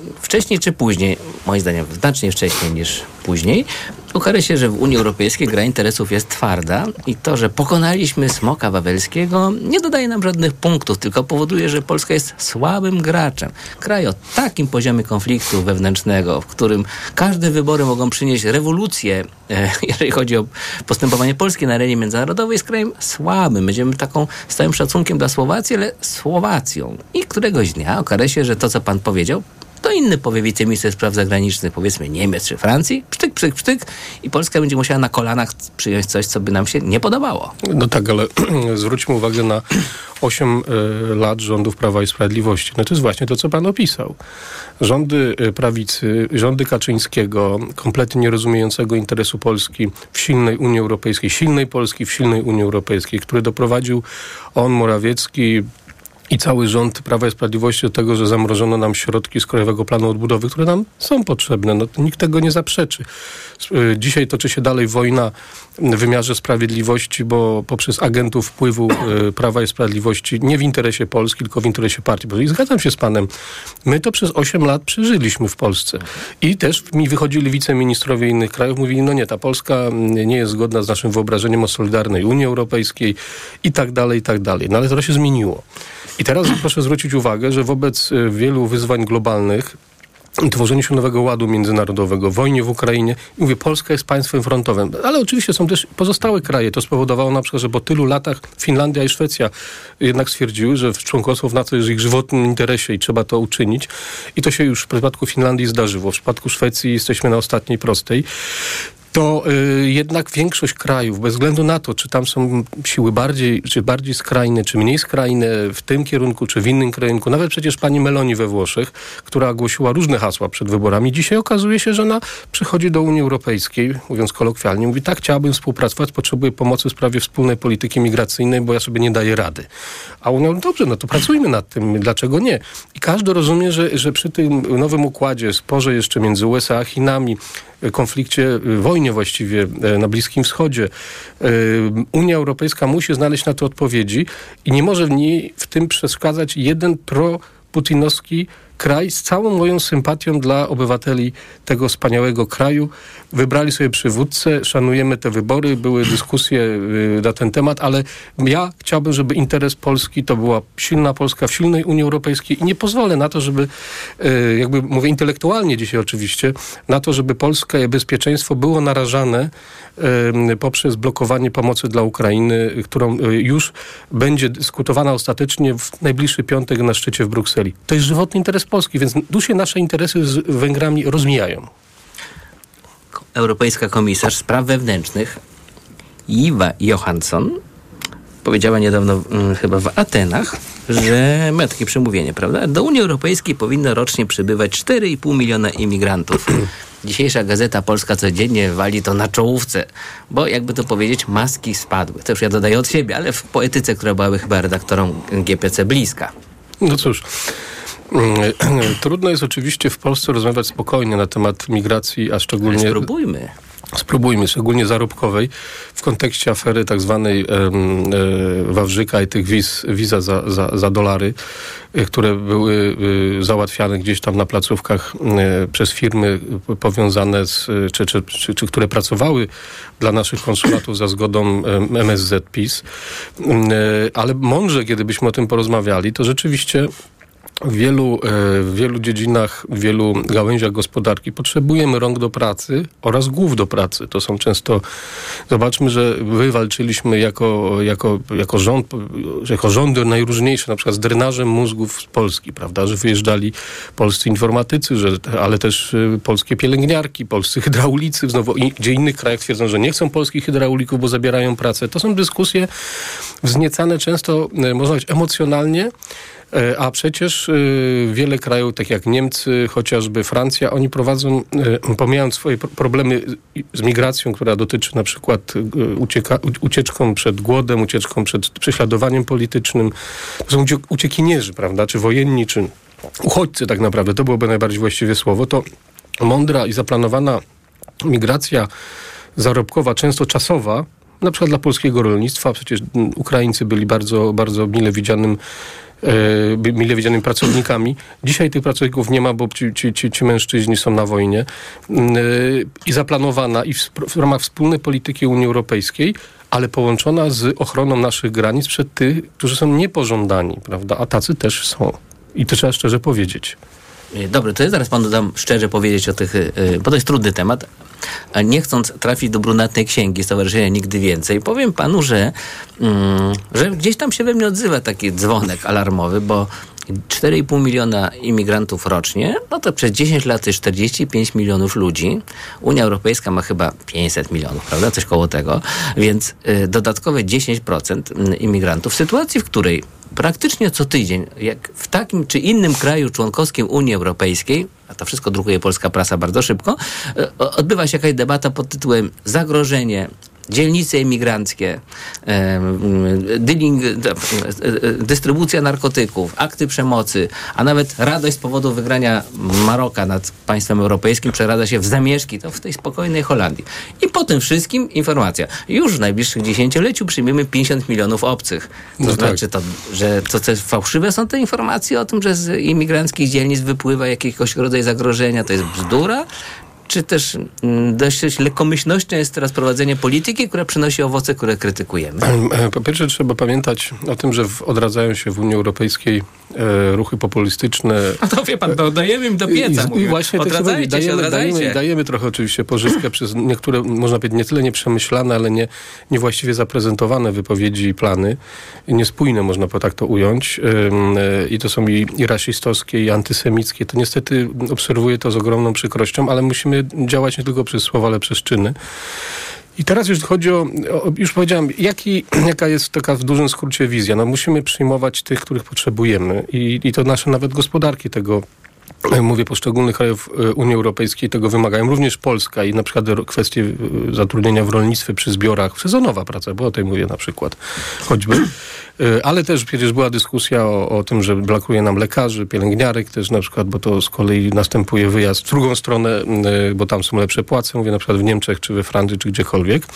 Speaker 12: wcześniej czy później, moim zdaniem znacznie wcześniej niż później, okaże się, że w Unii Europejskiej gra interesów jest twarda i to, że pokonaliśmy smoka wawelskiego, nie dodaje nam żadnych punktów, tylko powoduje, że Polska jest słabym graczem. Kraj o takim poziomie konfliktu wewnętrznego, w którym każde wybory mogą przynieść rewolucję, e, jeżeli chodzi o postępowanie Polski na arenie międzynarodowej, jest krajem słabym. Będziemy taką, z całym szacunkiem dla Słowacji, ale Słowacją. I któregoś dnia okaże się, że to, co pan powiedział, to inny powie wiceminister spraw zagranicznych, powiedzmy Niemiec czy Francji, psztyk, psztyk, psztyk i Polska będzie musiała na kolanach przyjąć coś, co by nam się nie podobało.
Speaker 1: No tak, ale zwróćmy uwagę na osiem y, lat rządów Prawa i Sprawiedliwości. No to jest właśnie to, co pan opisał. Rządy y, prawicy, rządy Kaczyńskiego, kompletnie nierozumiejącego interesu Polski w silnej Unii Europejskiej, silnej Polski w silnej Unii Europejskiej, który doprowadził on, Morawiecki, i cały rząd Prawa i Sprawiedliwości do tego, że zamrożono nam środki z Krajowego Planu Odbudowy, które nam są potrzebne. No, nikt tego nie zaprzeczy. Dzisiaj toczy się dalej wojna w wymiarze sprawiedliwości, bo poprzez agentów wpływu Prawa i Sprawiedliwości nie w interesie Polski, tylko w interesie partii. Bo i zgadzam się z panem. My to przez osiem lat przeżyliśmy w Polsce. I też mi wychodzili wiceministrowie innych krajów, mówili, no nie, ta Polska nie jest zgodna z naszym wyobrażeniem o solidarnej Unii Europejskiej i tak dalej, i tak dalej. No ale to się zmieniło. I teraz proszę zwrócić uwagę, że wobec wielu wyzwań globalnych, tworzeniu się nowego ładu międzynarodowego, wojnie w Ukrainie, mówię, Polska jest państwem frontowym. Ale oczywiście są też pozostałe kraje. To spowodowało na przykład, że po tylu latach Finlandia i Szwecja jednak stwierdziły, że członkostwo w NATO jest w ich żywotnym interesie i trzeba to uczynić. I to się już w przypadku Finlandii zdarzyło. W przypadku Szwecji jesteśmy na ostatniej prostej. To y, jednak większość krajów, bez względu na to, czy tam są siły bardziej, czy bardziej skrajne, czy mniej skrajne w tym kierunku, czy w innym kierunku, nawet przecież pani Meloni we Włoszech, która głosiła różne hasła przed wyborami, dzisiaj okazuje się, że ona przychodzi do Unii Europejskiej, mówiąc kolokwialnie, mówi, tak, chciałabym współpracować, potrzebuję pomocy w sprawie wspólnej polityki migracyjnej, bo ja sobie nie daję rady. A Unia mówi, dobrze, no to pracujmy nad tym, dlaczego nie? I każdy rozumie, że, że przy tym nowym układzie, sporze jeszcze między U S A a Chinami, konflikcie, wojnie właściwie na Bliskim Wschodzie, Unia Europejska musi znaleźć na to odpowiedzi i nie może w niej w tym przeszkadzać jeden pro-putinowski kraj z całą moją sympatią dla obywateli tego wspaniałego kraju. Wybrali sobie przywódcę, szanujemy te wybory, były dyskusje y, na ten temat, ale ja chciałbym, żeby interes Polski to była silna Polska w silnej Unii Europejskiej i nie pozwolę na to, żeby, y, jakby mówię intelektualnie dzisiaj oczywiście, na to, żeby Polska i bezpieczeństwo było narażane y, poprzez blokowanie pomocy dla Ukrainy, którą y, już będzie dyskutowana ostatecznie w najbliższy piątek na szczycie w Brukseli. To jest żywotny interes Polski, więc tu się nasze interesy z Węgrami rozmijają.
Speaker 12: Europejska komisarz spraw wewnętrznych Eva Johansson powiedziała niedawno hmm, chyba w Atenach, że ma takie przemówienie, prawda? Do Unii Europejskiej powinno rocznie przybywać cztery i pół miliona imigrantów. Dzisiejsza Gazeta Polska codziennie wali to na czołówce, bo jakby to powiedzieć, maski spadły. To już ja dodaję od siebie, ale w poetyce, która była chyba redaktorom G P C bliska.
Speaker 1: No cóż, trudno jest oczywiście w Polsce rozmawiać spokojnie na temat migracji, a szczególnie...
Speaker 12: Ale spróbujmy.
Speaker 1: Spróbujmy, szczególnie zarobkowej, w kontekście afery tak zwanej e, e, Wawrzyka i tych wiz, wiza za, za, za dolary, e, które były e, załatwiane gdzieś tam na placówkach e, przez firmy powiązane z, czy, czy, czy, czy które pracowały dla naszych konsulatów za zgodą e, M S Z PiS. E, ale mądrze, kiedybyśmy o tym porozmawiali, to rzeczywiście w wielu, w wielu dziedzinach, w wielu gałęziach gospodarki potrzebujemy rąk do pracy oraz głów do pracy. To są często, zobaczmy, że wy walczyliśmy jako, jako, jako rząd, jako rządy najróżniejsze, na przykład z drenażem mózgów z Polski, prawda, że wyjeżdżali polscy informatycy, że, ale też polskie pielęgniarki, polscy hydraulicy, znowu, i, gdzie innych krajach twierdzą, że nie chcą polskich hydraulików, bo zabierają pracę. To są dyskusje wzniecane często, można powiedzieć, emocjonalnie, a przecież y, wiele krajów, tak jak Niemcy, chociażby Francja, oni prowadzą, y, pomijając swoje problemy z migracją, która dotyczy na przykład y, ucieka, ucieczką przed głodem, ucieczką przed prześladowaniem politycznym. To są uciekinierzy, prawda, czy wojenni, czy uchodźcy tak naprawdę, to byłoby najbardziej właściwe słowo. To mądra i zaplanowana migracja zarobkowa, często czasowa, na przykład dla polskiego rolnictwa. Przecież Ukraińcy byli bardzo, bardzo mile widzianym e, mile widzianymi pracownikami. Dzisiaj tych pracowników nie ma, bo ci, ci, ci, ci mężczyźni są na wojnie. E, I zaplanowana i w, w ramach wspólnej polityki Unii Europejskiej, ale połączona z ochroną naszych granic przed tych, którzy są niepożądani, prawda? A tacy też są. I to trzeba szczerze powiedzieć.
Speaker 12: Dobrze, to ja zaraz panu dam szczerze powiedzieć o tych, bo to jest trudny temat. Nie chcąc trafić do brunatnej księgi Stowarzyszenia Nigdy Więcej, powiem panu, że, mm, że gdzieś tam się we mnie odzywa taki dzwonek alarmowy, bo cztery i pół miliona imigrantów rocznie, no to przez dziesięć lat to jest czterdzieści pięć milionów ludzi. Unia Europejska ma chyba pięćset milionów, prawda? Coś koło tego. Więc y, dodatkowe dziesięć procent imigrantów w sytuacji, w której praktycznie co tydzień, jak w takim czy innym kraju członkowskim Unii Europejskiej, a to wszystko drukuje polska prasa bardzo szybko, y, odbywa się jakaś debata pod tytułem zagrożenie, dzielnice emigranckie, dealing, dystrybucja narkotyków, akty przemocy, a nawet radość z powodu wygrania Maroka nad państwem europejskim przeradza się w zamieszki, to w tej spokojnej Holandii. I po tym wszystkim informacja. Już w najbliższych dziesięcioleciu przyjmiemy pięćdziesiąt milionów obcych. To
Speaker 1: no
Speaker 12: znaczy,
Speaker 1: tak.
Speaker 12: to, że to, to fałszywe są te informacje o tym, że z imigranckich dzielnic wypływa jakiś rodzaj zagrożenia, to jest bzdura? Czy też mm, dość lekkomyślnością jest teraz prowadzenie polityki, która przynosi owoce, które krytykujemy?
Speaker 1: Po pierwsze trzeba pamiętać o tym, że w, odradzają się w Unii Europejskiej e, ruchy populistyczne.
Speaker 12: A to wie pan, to dajemy im do pieca.
Speaker 1: I, i właśnie
Speaker 12: odradzajcie
Speaker 1: dajemy,
Speaker 12: się, odradzajcie.
Speaker 1: Dajemy, dajemy trochę oczywiście pożywkę przez niektóre, można powiedzieć, nie tyle nieprzemyślane, ale nie, niewłaściwie zaprezentowane wypowiedzi i plany. Niespójne można tak to ująć. E, I to są i, i rasistowskie, i antysemickie. To niestety obserwuję to z ogromną przykrością, ale musimy działać nie tylko przez słowa, ale przez czyny. I teraz już chodzi o, o już powiedziałem, jaki, jaka jest taka w dużym skrócie wizja. No musimy przyjmować tych, których potrzebujemy i, i to nasze nawet gospodarki tego, mówię, poszczególnych krajów Unii Europejskiej tego wymagają. Również Polska i na przykład kwestie zatrudnienia w rolnictwie przy zbiorach. Sezonowa praca, bo o tej mówię na przykład choćby. Ale też przecież była dyskusja o, o tym, że brakuje nam lekarzy, pielęgniarek też na przykład, bo to z kolei następuje wyjazd w drugą stronę, bo tam są lepsze płace, mówię na przykład w Niemczech, czy we Francji, czy gdziekolwiek.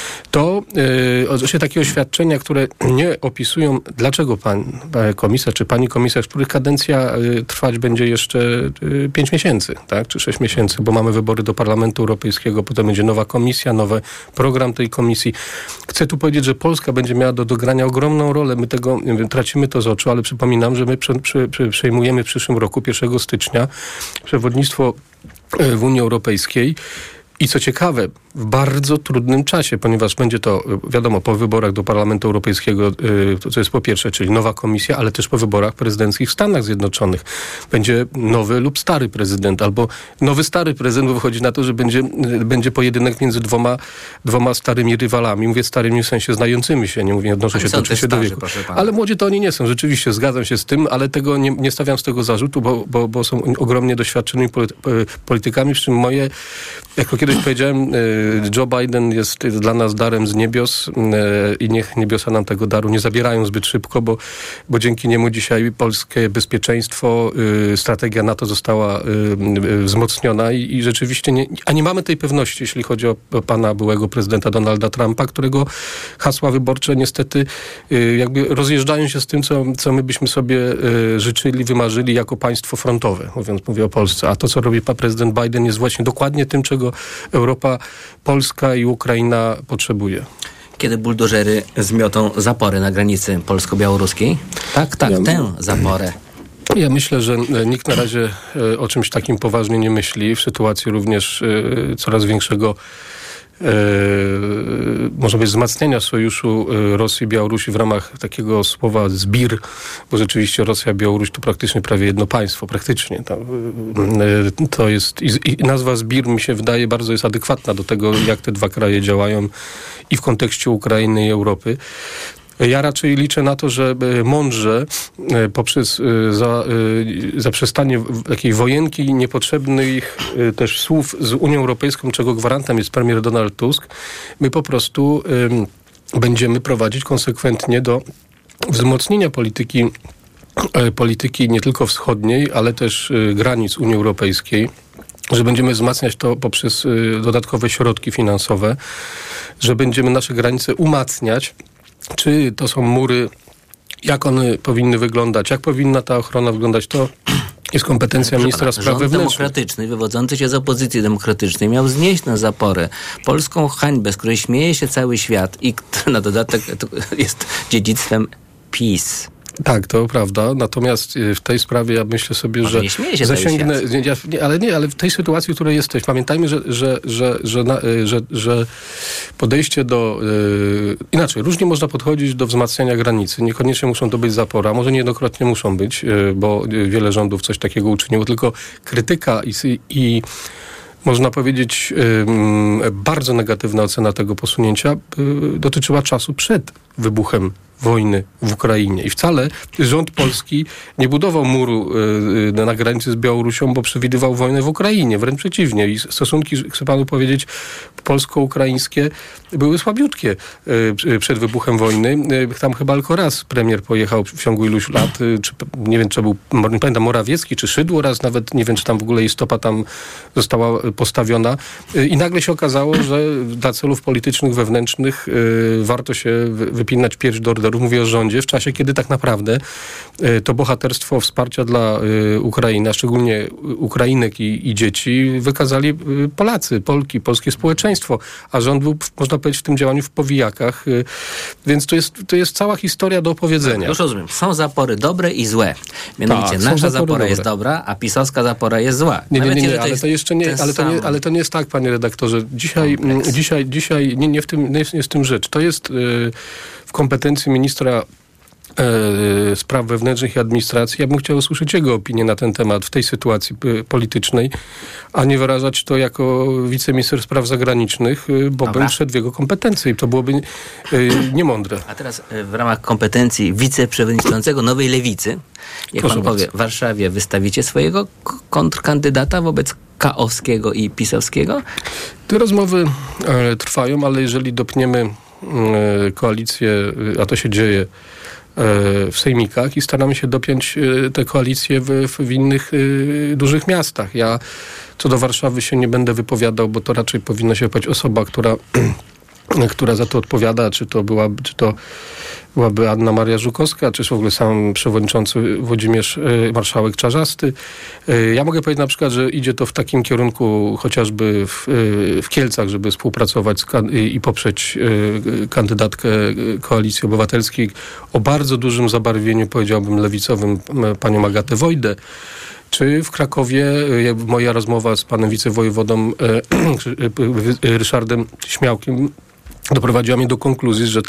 Speaker 1: To yy, takie oświadczenia, które nie opisują, dlaczego pan komisarz, czy pani komisarz, których kadencja y, trwać będzie jeszcze y, pięć miesięcy, tak, czy sześć miesięcy, bo mamy wybory do Parlamentu Europejskiego, potem będzie nowa komisja, nowy program tej komisji. Chcę tu powiedzieć, że Polska będzie miała do dogrania ogromną rolę. My tego tracimy to z oczu, ale przypominam, że my prze, prze, prze, przejmujemy w przyszłym roku, pierwszego stycznia, przewodnictwo w Unii Europejskiej. I co ciekawe, w bardzo trudnym czasie, ponieważ będzie to, wiadomo, po wyborach do Parlamentu Europejskiego, to co jest po pierwsze, czyli nowa komisja, ale też po wyborach prezydenckich w Stanach Zjednoczonych. Będzie nowy lub stary prezydent, albo nowy stary prezydent, bo wychodzi na to, że będzie, będzie pojedynek między dwoma, dwoma starymi rywalami. Mówię starymi w sensie znającymi się, nie mówię, nie odnoszę się do, oczywiście do wieku. Ale młodzi to oni nie są, rzeczywiście, zgadzam się z tym, ale tego nie, nie stawiam z tego zarzutu, bo, bo, bo są ogromnie doświadczonymi politykami, przy czym moje, jako kiedyś powiedziałem, Joe Biden jest dla nas darem z niebios i niech niebiosa nam tego daru nie zabierają zbyt szybko, bo, bo dzięki niemu dzisiaj polskie bezpieczeństwo, strategia NATO została wzmocniona i, i rzeczywiście nie, a nie mamy tej pewności, jeśli chodzi o, o pana byłego prezydenta Donalda Trumpa, którego hasła wyborcze niestety jakby rozjeżdżają się z tym, co, co my byśmy sobie życzyli, wymarzyli jako państwo frontowe, mówiąc, mówię o Polsce. A to, co robi pan prezydent Biden, jest właśnie dokładnie tym, czego Europa, Polska i Ukraina potrzebuje.
Speaker 12: Kiedy buldożery zmiotą zaporę na granicy polsko-białoruskiej? Tak, tak, ja, tę zaporę.
Speaker 1: Ja myślę, że nikt na razie o czymś takim poważnie nie myśli. W sytuacji również coraz większego Yy, można powiedzieć, wzmacniania sojuszu Rosji i Białorusi w ramach takiego słowa zbir, bo rzeczywiście Rosja i Białoruś to praktycznie prawie jedno państwo, praktycznie. To, yy, to jest, i, i nazwa zbir mi się wydaje bardzo jest adekwatna do tego, jak te dwa kraje działają i w kontekście Ukrainy i Europy. Ja raczej liczę na to, że mądrze poprzez za, zaprzestanie takiej wojenki niepotrzebnych też słów z Unią Europejską, czego gwarantem jest premier Donald Tusk, my po prostu będziemy prowadzić konsekwentnie do wzmocnienia polityki, polityki nie tylko wschodniej, ale też granic Unii Europejskiej, że będziemy wzmacniać to poprzez dodatkowe środki finansowe, że będziemy nasze granice umacniać. Czy to są mury jak one powinny wyglądać, jak powinna ta ochrona wyglądać, to jest kompetencja ministra
Speaker 12: pana,
Speaker 1: spraw
Speaker 12: rząd
Speaker 1: wewnętrznych.
Speaker 12: demokratyczny, wywodzący się z opozycji demokratycznej, miał znieść na zaporę polską hańbę, z której śmieje się cały świat i na dodatek jest dziedzictwem PiS.
Speaker 1: Tak, to prawda. Natomiast w tej sprawie ja myślę sobie,
Speaker 12: Może
Speaker 1: że
Speaker 12: nie śmieje się
Speaker 1: zasięgnę.
Speaker 12: cały
Speaker 1: Nie, ja, nie, ale nie, ale w tej sytuacji, w której jesteś, pamiętajmy, że, że, że, że, na, że, że podejście do. Yy, inaczej, różnie można podchodzić do wzmacniania granicy. Niekoniecznie muszą to być zapory, a może niejednokrotnie muszą być, yy, bo wiele rządów coś takiego uczyniło, tylko krytyka i. i można powiedzieć, yy, bardzo negatywna ocena tego posunięcia yy, dotyczyła czasu przed wybuchem wojny w Ukrainie. I wcale rząd polski nie budował muru yy, na granicy z Białorusią, bo przewidywał wojnę w Ukrainie. Wręcz przeciwnie. I stosunki, chcę panu powiedzieć, polsko-ukraińskie były słabiutkie yy, przed wybuchem wojny. Yy, tam chyba tylko raz premier pojechał w ciągu iluś lat, yy, czy, nie wiem, czy był, nie pamiętam, Morawiecki, czy Szydło raz nawet, nie wiem, czy tam w ogóle jej stopa tam została postawiona. Yy, I nagle się okazało, że dla celów politycznych, wewnętrznych yy, warto się wypinać pierś do orderu. Mówię o rządzie, w czasie, kiedy tak naprawdę y, to bohaterstwo wsparcia dla y, Ukrainy, a szczególnie Ukrainek i, i dzieci, wykazali y, Polacy, Polki, polskie społeczeństwo, a rząd był, można powiedzieć, w tym działaniu w powijakach, y, więc to jest, to jest cała historia do opowiedzenia.
Speaker 12: Już rozumiem. Są zapory dobre i złe. Mianowicie
Speaker 1: tak,
Speaker 12: nasza
Speaker 1: zapory
Speaker 12: zapora
Speaker 1: dobre.
Speaker 12: jest dobra, a pisowska zapora jest zła.
Speaker 1: Nie, nie,
Speaker 12: Nawet
Speaker 1: nie, nie,
Speaker 12: jeżeli
Speaker 1: ale to jeszcze nie, ale to nie, ale to nie jest tak, panie redaktorze. Dzisiaj, m, dzisiaj, dzisiaj nie, nie w tym, nie jest, nie jest w tym rzecz. To jest y, w kompetencji ministra e, spraw wewnętrznych i administracji. Ja bym chciał usłyszeć jego opinię na ten temat w tej sytuacji y, politycznej, a nie wyrażać to jako wiceminister spraw zagranicznych, y, bo
Speaker 12: Dobra.
Speaker 1: bym wszedł w jego kompetencje i to byłoby y, niemądre.
Speaker 12: A teraz y, w ramach kompetencji wiceprzewodniczącego Nowej Lewicy, jak
Speaker 1: Proszę
Speaker 12: pan powie,
Speaker 1: bardzo.
Speaker 12: w Warszawie wystawicie swojego k- kontrkandydata wobec K-owskiego i pisowskiego?
Speaker 1: Te rozmowy e, trwają, ale jeżeli dopniemy e, koalicję, e, a to się dzieje e, w sejmikach i staramy się dopiąć e, te koalicje w, w innych e, dużych miastach. Ja co do Warszawy się nie będę wypowiadał, bo to raczej powinna się wypowiedzieć osoba, która która za to odpowiada, czy to byłaby, czy to byłaby Anna Maria Żukowska, czy w ogóle sam przewodniczący Włodzimierz y, marszałek Czarzasty. Y, ja mogę powiedzieć na przykład, że idzie to w takim kierunku chociażby w, y, w Kielcach, żeby współpracować z kan- i poprzeć y, kandydatkę Koalicji Obywatelskiej o bardzo dużym zabarwieniu, powiedziałbym, lewicowym, panią Agatę Wojdę. Czy w Krakowie y, moja rozmowa z panem wicewojewodą y, y, y, Ryszardem Śmiałkiem doprowadziła mnie do konkluzji, że tam